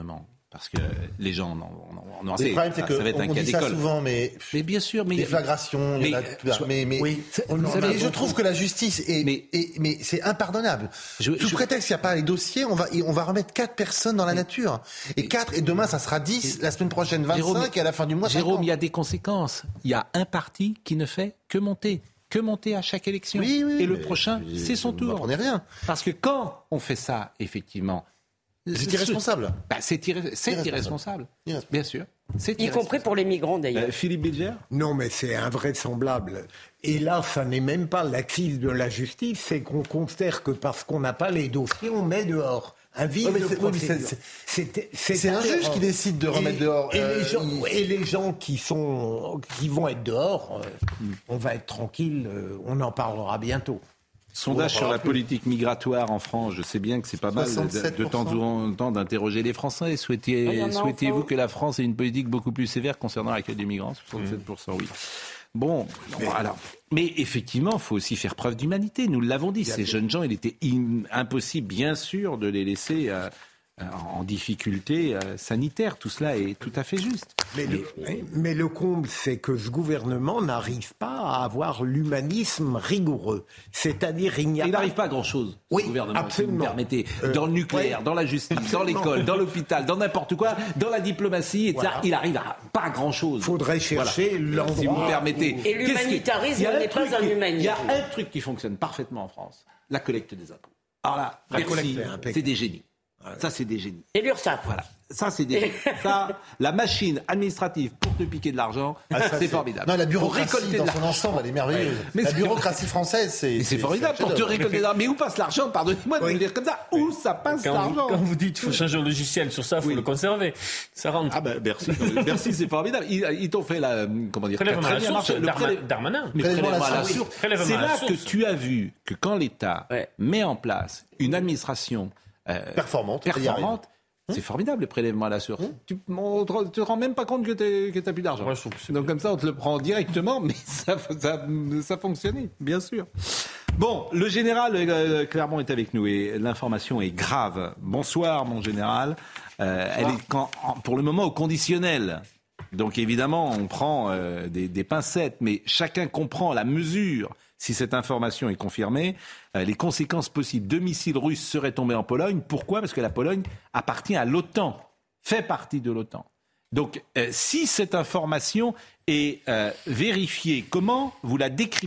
Parce que les gens en ont assez. Le problème, c'est que ça va être un cas d'école. Souvent, mais, mais bien sûr, mais déflagration, mais, mais, mais, oui, mais je trouve que la justice est, mais, est, mais c'est impardonnable. Je, Sous je, prétexte qu'il n'y a pas les dossiers, on va, on va remettre quatre personnes dans la mais, nature, et quatre, et demain ça sera dix, la semaine prochaine vingt-cinq, Jérôme, et à la fin du mois. Jérôme, il y a des conséquences. Il y a un parti qui ne fait que monter. Que monter à chaque élection. Oui, oui, et le prochain, c'est son tour. On n'est rien. Parce que quand on fait ça, effectivement. C'est irresponsable. Bah, c'est, irré- c'est irresponsable. irresponsable. irresponsable. Bien sûr. C'est y compris pour les migrants, d'ailleurs. Euh, Philippe Bilger ? Non, mais c'est invraisemblable. Et là, ça n'est même pas l'axis de la justice, c'est qu'on considère que parce qu'on n'a pas les dossiers, on met dehors. Un vice ouais, de c'est, procédure. C'est, c'est, c'est, c'est un juge qui décide de remettre et, dehors. Et, euh, les gens, il... et les gens qui, sont, qui vont être dehors, euh, on va être tranquille, euh, on en parlera bientôt. Sondage sur la politique migratoire en France. Je sais bien que c'est pas mal de, de temps en temps d'interroger les Français. Souhaitiez, oui, souhaitiez-vous que la France ait une politique beaucoup plus sévère concernant l'accueil des migrants ? soixante-sept pour cent oui. Bon, mais, alors, mais effectivement, il faut aussi faire preuve d'humanité. Nous l'avons dit, ces jeunes gens, il était im- impossible, bien sûr, de les laisser euh, en difficulté euh, sanitaire. Tout cela est tout à fait juste. Mais, mais, le, mais le comble, c'est que ce gouvernement n'arrive pas à avoir l'humanisme rigoureux. C'est-à-dire, il n'y a il pas... n'arrive pas à grand-chose, oui, ce gouvernement, absolument. si vous me permettez. Euh, dans le nucléaire, ouais. dans la justice, dans l'école, dans l'hôpital, dans n'importe quoi, dans la diplomatie, et cetera. Voilà. Il arrive à pas à grand-chose. Il faudrait chercher voilà. l'endroit... Si vous me permettez. Et l'humanitarisme n'est pas un humanisme. Il y a un truc qui fonctionne parfaitement en France, la collecte des impôts. Alors là, merci, c'est des génies. Ça, c'est des génies. Et l'URSSAF. Voilà. Ça, c'est des génies. Ça, la machine administrative pour te piquer de l'argent, ah, ça, c'est, c'est formidable. Non, la bureaucratie dans son ensemble, elle est merveilleuse. Ouais. Mais la bureaucratie française, c'est... Mais c'est, c'est formidable c'est pour te récolter de l'argent. Mais où passe l'argent ? Pardonnez-moi de oui. vous dire comme ça. Où ça passe quand l'argent vous, Quand vous dites qu'il faut changer le logiciel sur ça, il faut oui. le conserver. Ça rentre. Ah ben, merci. Merci, c'est formidable. Ils, ils t'ont fait la... Comment dire ? Prélèvement à la source, Darmanin. Mais prélèvement à la source. C'est là que tu as vu que quand l'État met en place une administration... Euh, performante. performante c'est formidable le prélèvement à la source. Mmh. Tu ne te, te rends même pas compte que tu n'as plus d'argent. Ouais, donc comme ça, on te le prend directement, mais ça, ça, ça fonctionnait, bien sûr. Bon, le général euh, Clermont est avec nous et l'information est grave. Bonsoir, mon général. Euh, elle est quand, pour le moment au conditionnel. Donc évidemment, on prend euh, des, des pincettes, mais chacun comprend la mesure. Si cette information est confirmée, euh, les conséquences possibles. Deux missiles russes seraient tombés en Pologne. Pourquoi ? Parce que la Pologne appartient à l'OTAN, fait partie de l'OTAN. Donc, euh, si cette information est euh, vérifiée, comment vous la décryptez ?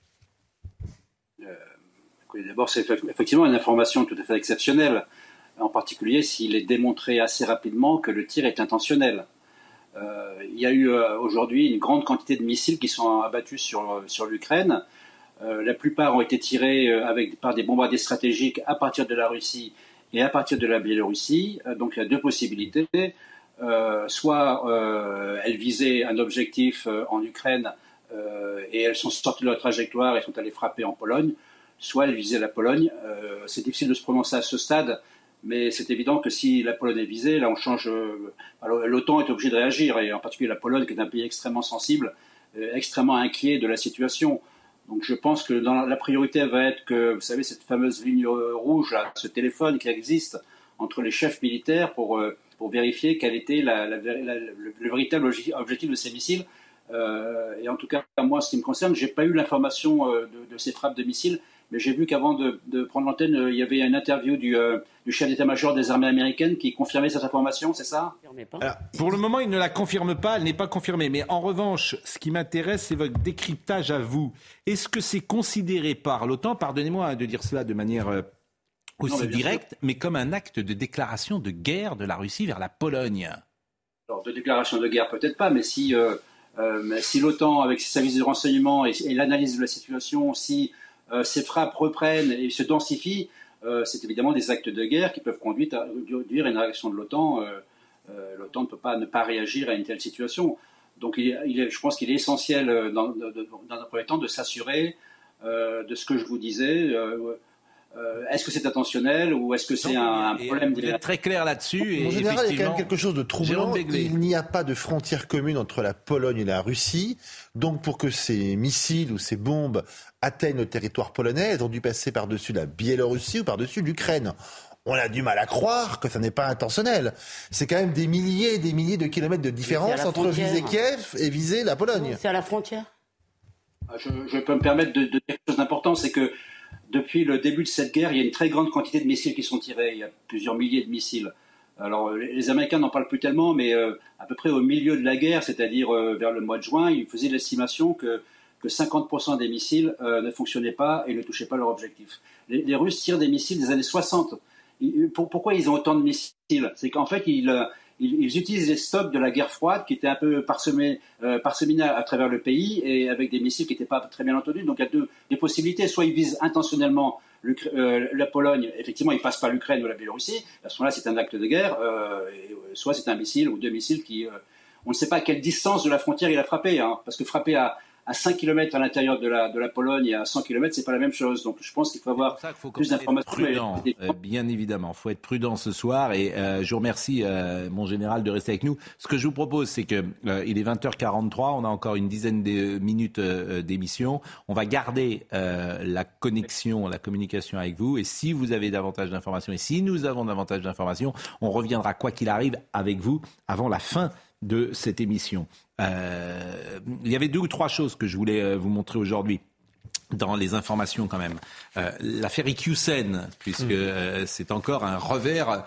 euh, D'abord, c'est effectivement une information tout à fait exceptionnelle, en particulier s'il est démontré assez rapidement que le tir est intentionnel. Euh, il y a eu euh, aujourd'hui une grande quantité de missiles qui sont abattus sur, sur l'Ukraine. Euh, la plupart ont été tirés euh, avec, par des bombardiers stratégiques à partir de la Russie et à partir de la Biélorussie. Euh, donc il y a deux possibilités. Euh, soit euh, elles visaient un objectif euh, en Ukraine euh, et elles sont sorties de leur trajectoire et sont allées frapper en Pologne, soit elles visaient la Pologne. Euh, c'est difficile de se prononcer à ce stade. Mais c'est évident que si la Pologne est visée, là on change. Alors, l'OTAN est obligé de réagir, et en particulier la Pologne, qui est un pays extrêmement sensible, euh, extrêmement inquiet de la situation. Donc je pense que dans la priorité va être que, vous savez, cette fameuse ligne rouge, là, ce téléphone qui existe entre les chefs militaires pour, euh, pour vérifier quel était la, la, la, la, le, le véritable objectif de ces missiles. Euh, et en tout cas, moi, ce qui me concerne, je n'ai pas eu l'information euh, de, de ces frappes de missiles. Mais j'ai vu qu'avant de, de prendre l'antenne, euh, il y avait une interview du, euh, du chef d'état-major des armées américaines qui confirmait cette information, c'est ça ? Alors, pour le moment, il ne la confirme pas, elle n'est pas confirmée. Mais en revanche, ce qui m'intéresse, c'est votre décryptage à vous. Est-ce que c'est considéré par l'OTAN, pardonnez-moi de dire cela de manière euh, aussi non, mais directe, sûr. mais comme un acte de déclaration de guerre de la Russie vers la Pologne ? Alors, de déclaration de guerre, peut-être pas, mais si, euh, euh, si l'OTAN, avec ses services de renseignement et, et l'analyse de la situation, si... Euh, ces frappes reprennent et se densifient, euh, c'est évidemment des actes de guerre qui peuvent conduire à, conduire à une réaction de l'OTAN. Euh, euh, L'OTAN ne peut pas ne pas réagir à une telle situation. Donc il est, il est, je pense qu'il est essentiel, dans, de, de, dans un premier temps, de s'assurer euh, de ce que je vous disais. Euh, euh, est-ce que c'est intentionnel ou est-ce que c'est non, un, un problème Vous êtes très clair là-dessus. En général, il y a quand même quelque chose de troublant. Il n'y a pas de frontière commune entre la Pologne et la Russie. Donc pour que ces missiles ou ces bombes atteignent le territoire polonais, elles ont dû passer par-dessus la Biélorussie ou par-dessus l'Ukraine. on a du mal à croire que ça n'est pas intentionnel. C'est quand même des milliers et des milliers de kilomètres de différence entre viser Kiev et viser la Pologne. C'est à la frontière. Je, je peux me permettre de, de dire quelque chose d'important, c'est que depuis le début de cette guerre, il y a une très grande quantité de missiles qui sont tirés. Il y a plusieurs milliers de missiles. Alors, les Américains n'en parlent plus tellement, mais euh, à peu près au milieu de la guerre, c'est-à-dire euh, vers le mois de juin, ils faisaient l'estimation que, que cinquante pour cent des missiles euh, ne fonctionnaient pas et ne touchaient pas leur objectif. Les, les Russes tirent des missiles des années soixante. Ils, pour, pourquoi ils ont autant de missiles ? C'est qu'en fait, ils, ils, ils utilisent les stocks de la guerre froide qui étaient un peu parsemés, euh, parseminés à, à travers le pays et avec des missiles qui n'étaient pas très bien entendus. Donc, il y a deux, deux possibilités. Soit ils visent intentionnellement Euh, la Pologne, effectivement, ils passent par l'Ukraine ou la Biélorussie. À ce moment-là, c'est un acte de guerre. Euh, et, soit c'est un missile ou deux missiles qui, euh, on ne sait pas à quelle distance de la frontière il a frappé, hein, parce que frapper à à cinq kilomètres à l'intérieur de la, de la Pologne et à cent kilomètres, c'est pas la même chose. Donc je pense qu'il faut avoir faut plus d'informations. Prudent, mais... euh, bien évidemment, il faut être prudent ce soir. Et euh, je vous remercie, euh, mon général, de rester avec nous. Ce que je vous propose, c'est que euh, il est vingt heures quarante-trois, on a encore une dizaine de minutes euh, d'émission. On va garder euh, la connexion, la communication avec vous. Et si vous avez davantage d'informations, et si nous avons davantage d'informations, on reviendra, quoi qu'il arrive, avec vous avant la fin de cette émission. Euh, il y avait deux ou trois choses que je voulais vous montrer aujourd'hui dans les informations quand même. Euh, l'affaire Iquioussen, puisque euh, c'est encore un revers,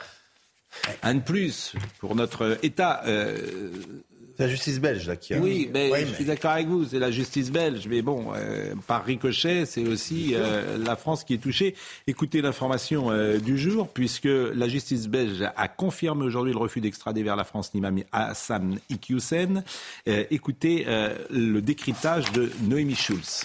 un de plus pour notre État. Euh, c'est la justice belge là qui a... Oui, mais oui, je mais... suis d'accord avec vous, c'est la justice belge. Mais bon, euh, par ricochet, c'est aussi euh, la France qui est touchée. Écoutez l'information euh, du jour, puisque la justice belge a confirmé aujourd'hui le refus d'extrader vers la France l'imam Hassan Iquioussen. Euh, écoutez euh, le décryptage de Noémie Schulz.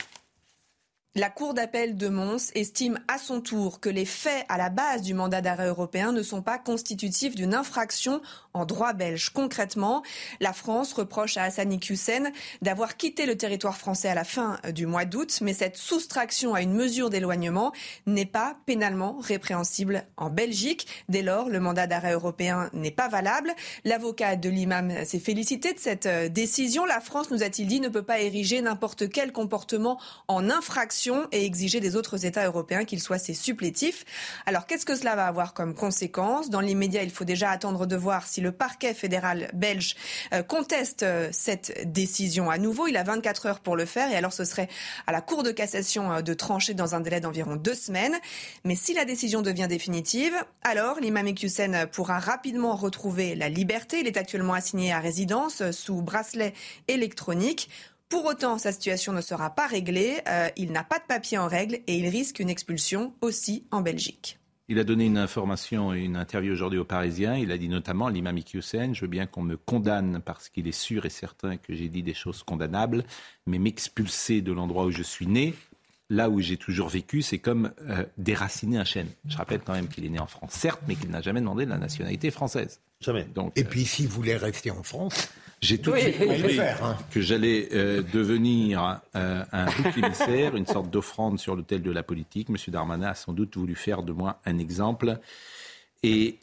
La Cour d'appel de Mons estime à son tour que les faits à la base du mandat d'arrêt européen ne sont pas constitutifs d'une infraction en droit belge. Concrètement, la France reproche à Hassan Iquioussen d'avoir quitté le territoire français à la fin du mois d'août, mais cette soustraction à une mesure d'éloignement n'est pas pénalement répréhensible en Belgique. Dès lors, le mandat d'arrêt européen n'est pas valable. L'avocat de l'imam s'est félicité de cette décision. La France, nous a-t-il dit, ne peut pas ériger n'importe quel comportement en infraction et exiger des autres États européens qu'ils soient ses supplétifs. Alors, qu'est-ce que cela va avoir comme conséquence ? Dans l'immédiat, il faut déjà attendre de voir si le parquet fédéral belge euh, conteste euh, cette décision à nouveau. Il a vingt-quatre heures pour le faire et alors ce serait à la Cour de cassation euh, de trancher dans un délai d'environ deux semaines. Mais si la décision devient définitive, alors l'imam Iquioussen pourra rapidement retrouver la liberté. Il est actuellement assigné à résidence euh, sous bracelet électronique. Pour autant, sa situation ne sera pas réglée. Euh, il n'a pas de papier en règle et il risque une expulsion aussi en Belgique. Il a donné une information et une interview aujourd'hui aux Parisiens. Il a dit notamment, l'imam Iquioussen, je veux bien qu'on me condamne parce qu'il est sûr et certain que j'ai dit des choses condamnables, mais m'expulser de l'endroit où je suis né, là où j'ai toujours vécu, c'est comme euh, déraciner un chêne. Je rappelle quand même qu'il est né en France, certes, mais qu'il n'a jamais demandé la nationalité française. Jamais. Donc, et euh, puis, s'il voulait rester en France... J'ai tout de suite oui, compris faire, hein. que j'allais euh, devenir euh, un bouc émissaire, une sorte d'offrande sur l'autel de la politique. Monsieur Darmanin a sans doute voulu faire de moi un exemple. Et,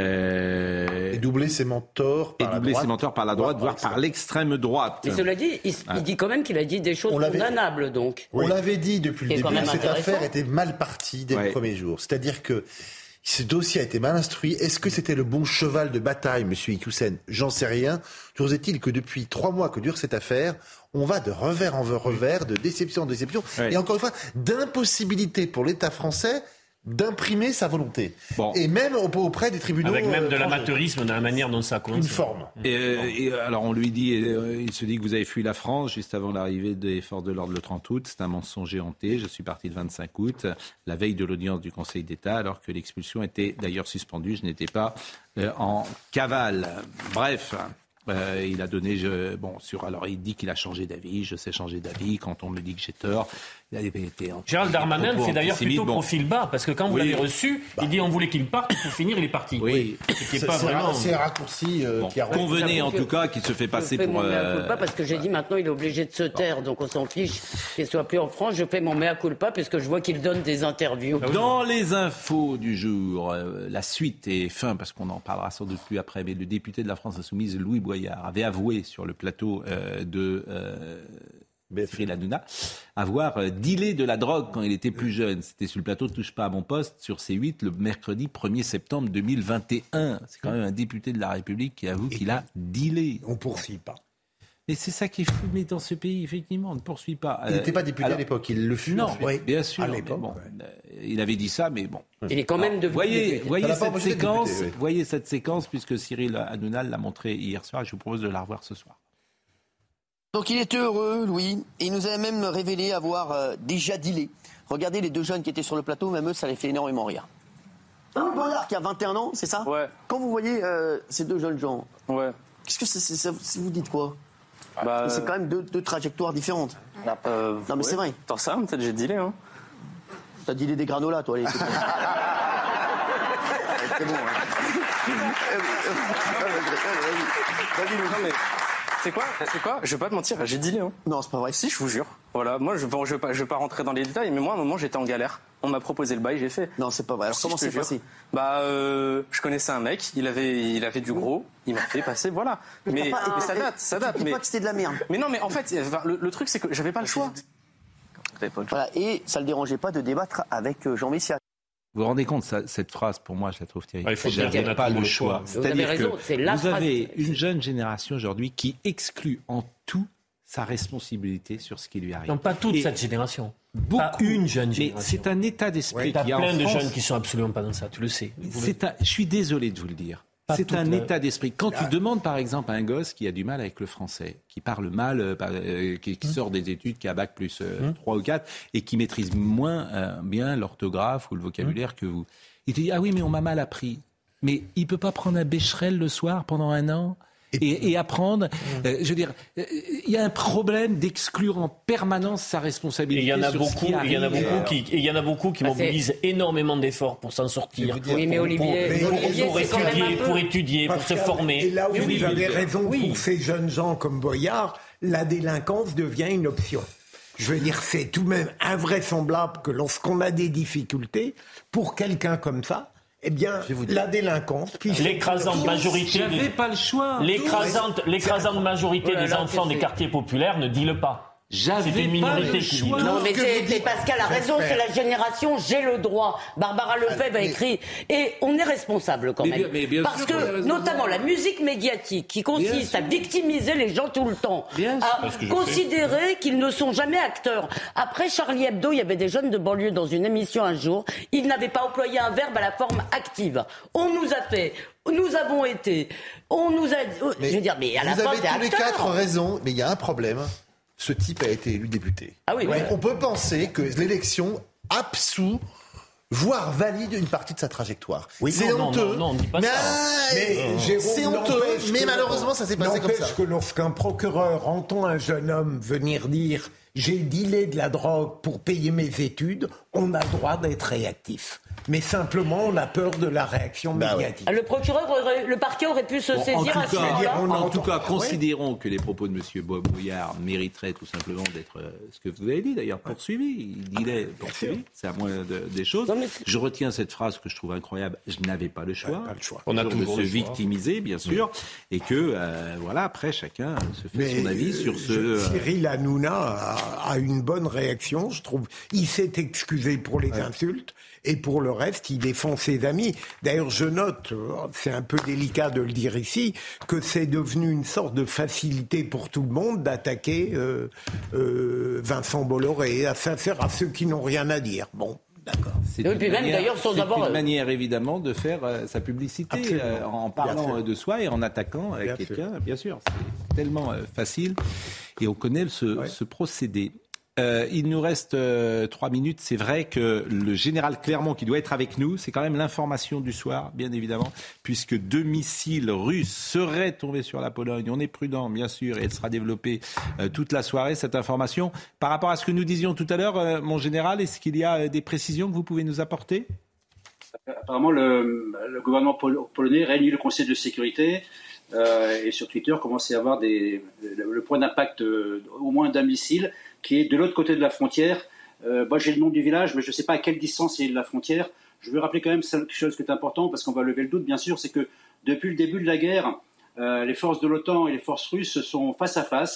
euh, et doubler ses mentors par et la doubler droite. ses mentors par la droite, voire par l'extrême droite. Mais cela dit, il, il dit quand même qu'il a dit des choses condamnables, donc. On oui. l'avait dit depuis le début. Cette affaire était mal partie dès ouais. le premier jour. C'est-à-dire que ce dossier a été mal instruit. Est-ce que c'était le bon cheval de bataille, monsieur Iquioussen ? J'en sais rien. Toujours est-il que depuis trois mois que dure cette affaire, on va de revers en revers, de déception en déception, ouais. et encore une fois, d'impossibilité pour l'État français d'imprimer sa volonté. Bon. Et même auprès des tribunaux... Avec même de euh, l'amateurisme dans la manière dont ça commence. Une forme. Et, et alors on lui dit, il se dit que vous avez fui la France juste avant l'arrivée des forces de l'ordre le trente août. C'est un mensonge hanté. Je suis parti le vingt-cinq août, la veille de l'audience du Conseil d'État, alors que l'expulsion était d'ailleurs suspendue. Je n'étais pas euh, en cavale. Bref... Euh, il a donné, je, bon, sur, alors il dit qu'il a changé d'avis, je sais changer d'avis, quand on me dit que j'ai tort, il a été... Gérald Darmanin fait d'ailleurs plutôt bon. profil bas, parce que quand vous oui. l'avez reçu, bah. il dit on voulait qu'il parte, pour finir il est parti. Oui, c'est, pas c'est, vraiment... c'est un raccourci euh, bon. qui a... Convenez en tout cas qu'il se fait passer je pour... Je fais mon euh... mea culpa parce que j'ai dit maintenant il est obligé de se taire, donc on s'en fiche qu'il soit plus en France, je fais mon mea culpa parce que je vois qu'il donne des interviews. Dans les infos du jour, euh, la suite est fin, parce qu'on en parlera sans doute plus après, mais le député de la France Insoumise, Louis Boyard, avait avoué sur le plateau euh, de euh, Cyril Hanouna, avoir euh, dealé de la drogue quand il était plus jeune. C'était sur le plateau de Touche pas à mon poste sur C huit le mercredi premier septembre deux mille vingt et un. C'est quand même un député de la République qui avoue qu'il a dealé. On ne poursuit pas. Et c'est ça qui est fou, mais dans ce pays, effectivement, on ne poursuit pas. Il n'était pas député alors, à l'époque, il le fut. Non, oui, bien sûr. À l'époque, bon, ouais. Il avait dit ça, mais bon. Il est quand même devenu voyez, député. Voyez cette, séquence, député, oui. voyez cette séquence, puisque Cyril Hanouna l'a montré hier soir, et je vous propose de la revoir ce soir. Donc il était heureux, Louis, et il nous a même révélé avoir euh, déjà dealé. Regardez les deux jeunes qui étaient sur le plateau, même eux, ça les fait énormément rire. Un Boyard qui a vingt et un ans, c'est ça? Ouais. Quand vous voyez euh, ces deux jeunes gens, ouais. Qu'est-ce que c'est, c'est, c'est, c'est vous dites quoi? Bah, c'est quand même deux, deux trajectoires différentes. Euh, non mais ouais. c'est vrai. T'en sais, peut-être j'ai dealé. Hein. T'as dealé des granolas, toi. Allez, c'est bon. C'est bon. Non mais c'est quoi, c'est quoi? Je vais pas te mentir, j'ai dealé. Hein. Non, c'est pas vrai. Si, je vous jure. Voilà, moi je vais, je vais pas, je vais pas rentrer dans les détails, mais moi à un moment j'étais en galère. On m'a proposé le bail, j'ai fait. Non, c'est pas vrai. Alors si, comment c'est passé? Bah, euh, je connaissais un mec, il avait, il avait du gros, il m'a fait passer, voilà. Mais, mais, pas, mais ça date, ça date. Tu mais pas que c'était de la merde. Mais non, mais en fait, le, le truc c'est que j'avais pas le choix. Voilà, et ça le dérangeait pas de débattre avec Jean Messia. Vous vous rendez compte, ça, cette phrase, pour moi, je la trouve terrible. Ah, il faut j'avais dire pas le choix. choix. C'est-à-dire vous avez raison, que c'est la vous phrase. avez une jeune génération aujourd'hui qui exclut en tout sa responsabilité sur ce qui lui arrive. Non, pas toute et cette génération. Beaucoup, pas une jeune génération. Mais c'est un état d'esprit ouais, qui a a plein en de France. jeunes qui sont absolument pas dans ça, tu le sais. C'est un, je suis désolé de vous le dire. Pas c'est un la... état d'esprit. Quand ah. tu demandes, par exemple, à un gosse qui a du mal avec le français, qui parle mal, euh, qui, qui hum. sort des études, qui a bac plus euh, hum. trois ou quatre, et qui maîtrise moins euh, bien l'orthographe ou le vocabulaire hum. que vous, il te dit « Ah oui, mais on m'a mal appris ». Mais il ne peut pas prendre un Becherel le soir pendant un an et, et apprendre. Euh, je veux dire, il euh, y a un problème d'exclure en permanence sa responsabilité. Il y en a sur beaucoup, il y en a beaucoup qui, il y en a beaucoup qui bah mobilisent c'est... énormément d'efforts pour s'en sortir. Oui, mais Olivier, pour, Olivier, pour, pour étudier, pour étudier, pour se former. Et là où oui, vous avez raison, oui. pour ces jeunes gens comme Boyard, la délinquance devient une option. Je veux dire, c'est tout de même invraisemblable que lorsqu'on a des difficultés, pour quelqu'un comme ça, eh bien, la délinquance... L'écrasante majorité... J'avais des... pas le choix. L'écrasante, l'écrasante majorité voilà, des enfants des quartiers populaires ne dealent pas. J'avais c'est une minorité qui dit. Non, mais c'est, c'est Pascal a raison, c'est la génération j'ai le droit. Barbara Lefebvre a écrit. Et on est responsable quand même. Mais bien, mais Parce sûr, que, notamment, la musique médiatique qui consiste à victimiser les gens tout le temps, bien à considérer qu'ils ne sont jamais acteurs. Après Charlie Hebdo, il y avait des jeunes de banlieue dans une émission un jour. Ils n'avaient pas employé un verbe à la forme active. On nous a fait. Nous avons été. On nous a. Mais je veux dire, mais à la vous fin, avez t'es tous les acteur. quatre raison, mais il y a un problème. Ce type a été élu député. Ah oui, ouais. Ouais. On peut penser que l'élection absout, voire valide une partie de sa trajectoire. Oui, c'est non, honteux. Non, non, on ne dit pas mais, ça. Mais Jérôme, c'est honteux, mais malheureusement, ça s'est passé comme ça. N'empêche que lorsqu'un procureur entend un jeune homme venir dire « j'ai dealé de la drogue pour payer mes études », on a le droit d'être réactif. Mais simplement, on a peur de la réaction bah médiatique. Ouais. Le procureur, aurait, le parquet aurait pu se bon, saisir en à tout ce cas, moment-là. En, en entend... tout cas, considérons ouais. que les propos de M. Boyard mériteraient tout simplement d'être, euh, ce que vous avez dit d'ailleurs, poursuivis. Il disait poursuivi, c'est à moins de, des choses. Non, mais... Je retiens cette phrase que je trouve incroyable. Je n'avais pas le choix. Pas le choix. On a de se victimiser, bien sûr, oui. et que, euh, voilà, après, chacun se fait mais son avis sur ce... Je, Cyril Hanouna a, a une bonne réaction, je trouve. Il s'est excusé pour les ouais. insultes. Et pour le reste, il défend ses amis. D'ailleurs, je note, c'est un peu délicat de le dire ici, que c'est devenu une sorte de facilité pour tout le monde d'attaquer euh, euh, Vincent Bolloré. Ça sert à ceux qui n'ont rien à dire. Bon. D'accord. C'est, une, puis manière, même, d'ailleurs, sans c'est avoir... une manière évidemment de faire euh, sa publicité euh, en parlant de soi et en attaquant euh, quelqu'un. Sûr. Bien sûr, c'est tellement euh, facile et on connaît ce, ouais. ce procédé. Euh, il nous reste euh, trois minutes. C'est vrai que le général Clermont, qui doit être avec nous, c'est quand même l'information du soir, bien évidemment, puisque deux missiles russes seraient tombés sur la Pologne. On est prudent, bien sûr, et elle sera développée euh, toute la soirée, cette information. Par rapport à ce que nous disions tout à l'heure, euh, mon général, est-ce qu'il y a euh, des précisions que vous pouvez nous apporter ? Apparemment, le, le gouvernement pol- polonais réunit le Conseil de sécurité euh, et sur Twitter commence à y avoir des, le, le point d'impact euh, au moins d'un missile qui est de l'autre côté de la frontière. Euh, moi, j'ai le nom du village, mais je ne sais pas à quelle distance il est de la frontière. Je veux rappeler quand même quelque chose qui est important, parce qu'on va lever le doute, bien sûr, c'est que depuis le début de la guerre, euh, les forces de l'OTAN et les forces russes sont face à face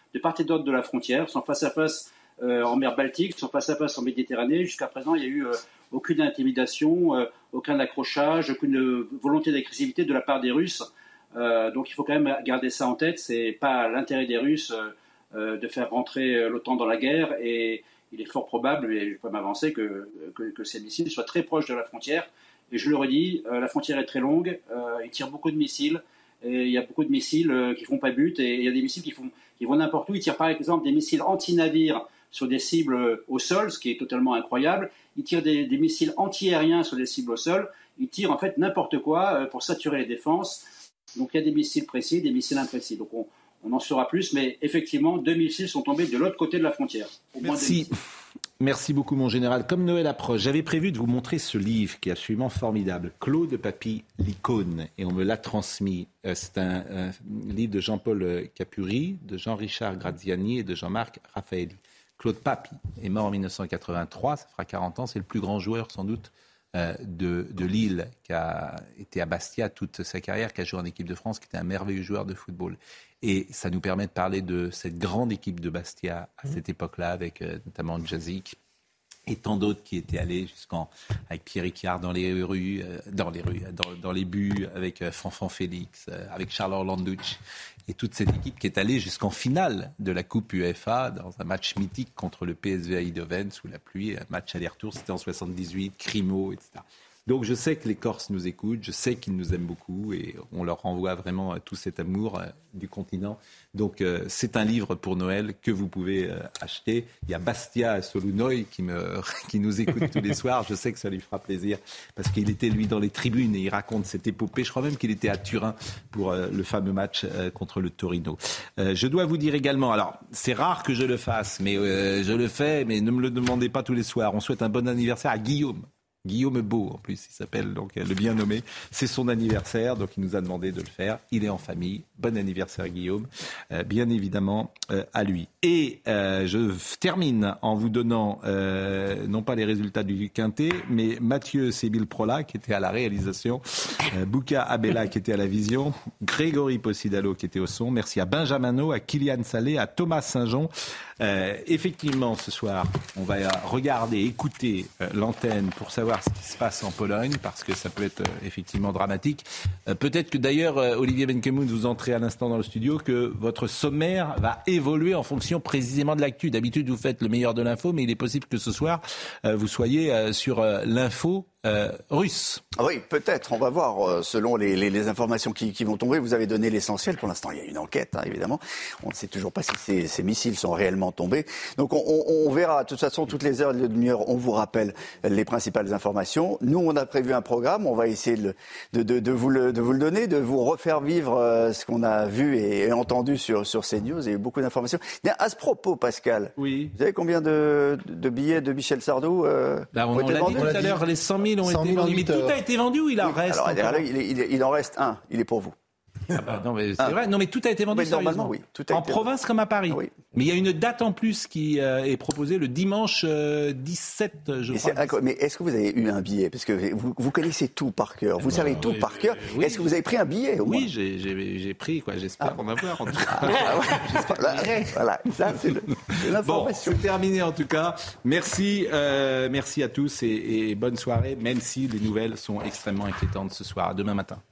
de part et d'autre de la frontière, sont face à face euh, en mer Baltique, sont face à face en Méditerranée. Jusqu'à présent, il n'y a eu euh, aucune intimidation, euh, aucun accrochage, aucune volonté d'agressivité de la part des Russes. Euh, donc il faut quand même garder ça en tête. C'est pas l'intérêt des Russes euh, euh, de faire rentrer l'OTAN dans la guerre, et il est fort probable, et je peux m'avancer, que, que, que ces missiles soient très proches de la frontière. Et je le redis, euh, la frontière est très longue, euh, ils tirent beaucoup de missiles, et il y a beaucoup de missiles euh, qui font pas but, et il y a des missiles qui, font, qui vont n'importe où. Ils tirent par exemple des missiles anti-navires sur des cibles euh, au sol, ce qui est totalement incroyable. Ils tirent des, des missiles anti-aériens sur des cibles au sol. Ils tirent en fait n'importe quoi euh, pour saturer les défenses. Donc il y a des missiles précis, des missiles imprécis. Donc on, on en saura plus, mais effectivement, deux missiles sont tombés de l'autre côté de la frontière. Au moins Merci. Merci beaucoup, mon général. Comme Noël approche, j'avais prévu de vous montrer ce livre qui est absolument formidable, Claude Papy, l'icône, et on me l'a transmis. C'est un, un livre de Jean-Paul Capuri, de Jean-Richard Graziani et de Jean-Marc Raffaelli. Claude Papy est mort en dix-neuf cent quatre-vingt-trois, ça fera quarante ans, c'est le plus grand joueur sans doute euh, de, de Lille, qui a été à Bastia toute sa carrière, qui a joué en équipe de France, qui était un merveilleux joueur de football. Et ça nous permet de parler de cette grande équipe de Bastia à cette époque-là, avec euh, notamment Djazic et tant d'autres qui étaient allés jusqu'en avec Pierre Ricard dans les rues, euh, dans les rues, dans, dans les buts, avec euh, Fanfan Félix, euh, avec Charles Orlanducci, et toute cette équipe qui est allée jusqu'en finale de la Coupe UEFA dans un match mythique contre le P S V Eindhoven sous la pluie, un match aller-retour, c'était en soixante-dix-huit, Crimo, et cetera. Donc je sais que les Corses nous écoutent, je sais qu'ils nous aiment beaucoup et on leur renvoie vraiment tout cet amour du continent. Donc euh, c'est un livre pour Noël que vous pouvez euh, acheter. Il y a Bastia Solunoy qui, me, qui nous écoute tous les soirs. Je sais que ça lui fera plaisir parce qu'il était lui dans les tribunes et il raconte cette épopée. Je crois même qu'il était à Turin pour euh, le fameux match euh, contre le Torino. Euh, je dois vous dire également, alors c'est rare que je le fasse, mais euh, je le fais, mais ne me le demandez pas tous les soirs. On souhaite un bon anniversaire à Guillaume. Guillaume Beau, en plus, il s'appelle, donc le bien nommé. C'est son anniversaire, donc il nous a demandé de le faire. Il est en famille. Bon anniversaire, Guillaume. Euh, bien évidemment, euh, à lui. Et euh, je termine en vous donnant, euh, non pas les résultats du Quintet, mais Mathieu Sébil-Prola, qui était à la réalisation, euh, Bouka Abella, qui était à la vision, Grégory Possidalo, qui était au son. Merci à Benjamin No, à Kylian Salé, à Thomas Saint-Jean. Euh, effectivement, ce soir, on va regarder, écouter euh, l'antenne pour savoir ce qui se passe en Pologne, parce que ça peut être euh, effectivement dramatique. Euh, peut-être que d'ailleurs, euh, Olivier Benkemoun, vous entrez à l'instant dans le studio, que votre sommaire va évoluer en fonction précisément de l'actu. D'habitude, vous faites le meilleur de l'info, mais il est possible que ce soir, euh, vous soyez euh, sur euh, l'info Euh, russe. Ah oui, peut-être, on va voir, euh, selon les, les, les informations qui, qui vont tomber. Vous avez donné l'essentiel, pour l'instant il y a une enquête, hein, évidemment. On ne sait toujours pas si ces, ces missiles sont réellement tombés. Donc on, on, on verra, de toute façon, toutes les heures, les demi-heures, on vous rappelle les principales informations. Nous, on a prévu un programme, on va essayer de, de, de, de, vous, le, de vous le donner, de vous refaire vivre euh, ce qu'on a vu et, et entendu sur, sur CNews. Il y a eu beaucoup d'informations. Bien, à ce propos, Pascal, oui. Vous savez combien de, de billets de Michel Sardou euh, bah, On, on l'a dit tout à l'heure, les cent mille ont été vendus. Mais tout a été vendu ou il en oui, reste alors, là, il, il, il en reste un, il est pour vous. Ah bah non, mais c'est ah. vrai. Non, mais tout a été vendu. Mais normalement, oui. Tout a en été province vendu. comme à Paris. Ah, oui. Mais il y a une date en plus qui euh, est proposée le dimanche euh, dix-sept, je mais crois. Est mais est-ce que vous avez eu un billet? Parce que vous, vous connaissez tout par cœur. Vous euh, savez tout oui, par cœur. Oui, est-ce que vous avez pris un billet au Oui, moins j'ai, j'ai, j'ai pris, quoi. J'espère ah. en avoir. En tout cas. Ah, ouais. J'espère là, voilà, ça, c'est, le, c'est l'information. Bon, c'est terminé en tout cas. Merci, euh, merci à tous et, et bonne soirée, même si les nouvelles sont extrêmement inquiétantes ce soir. À demain matin.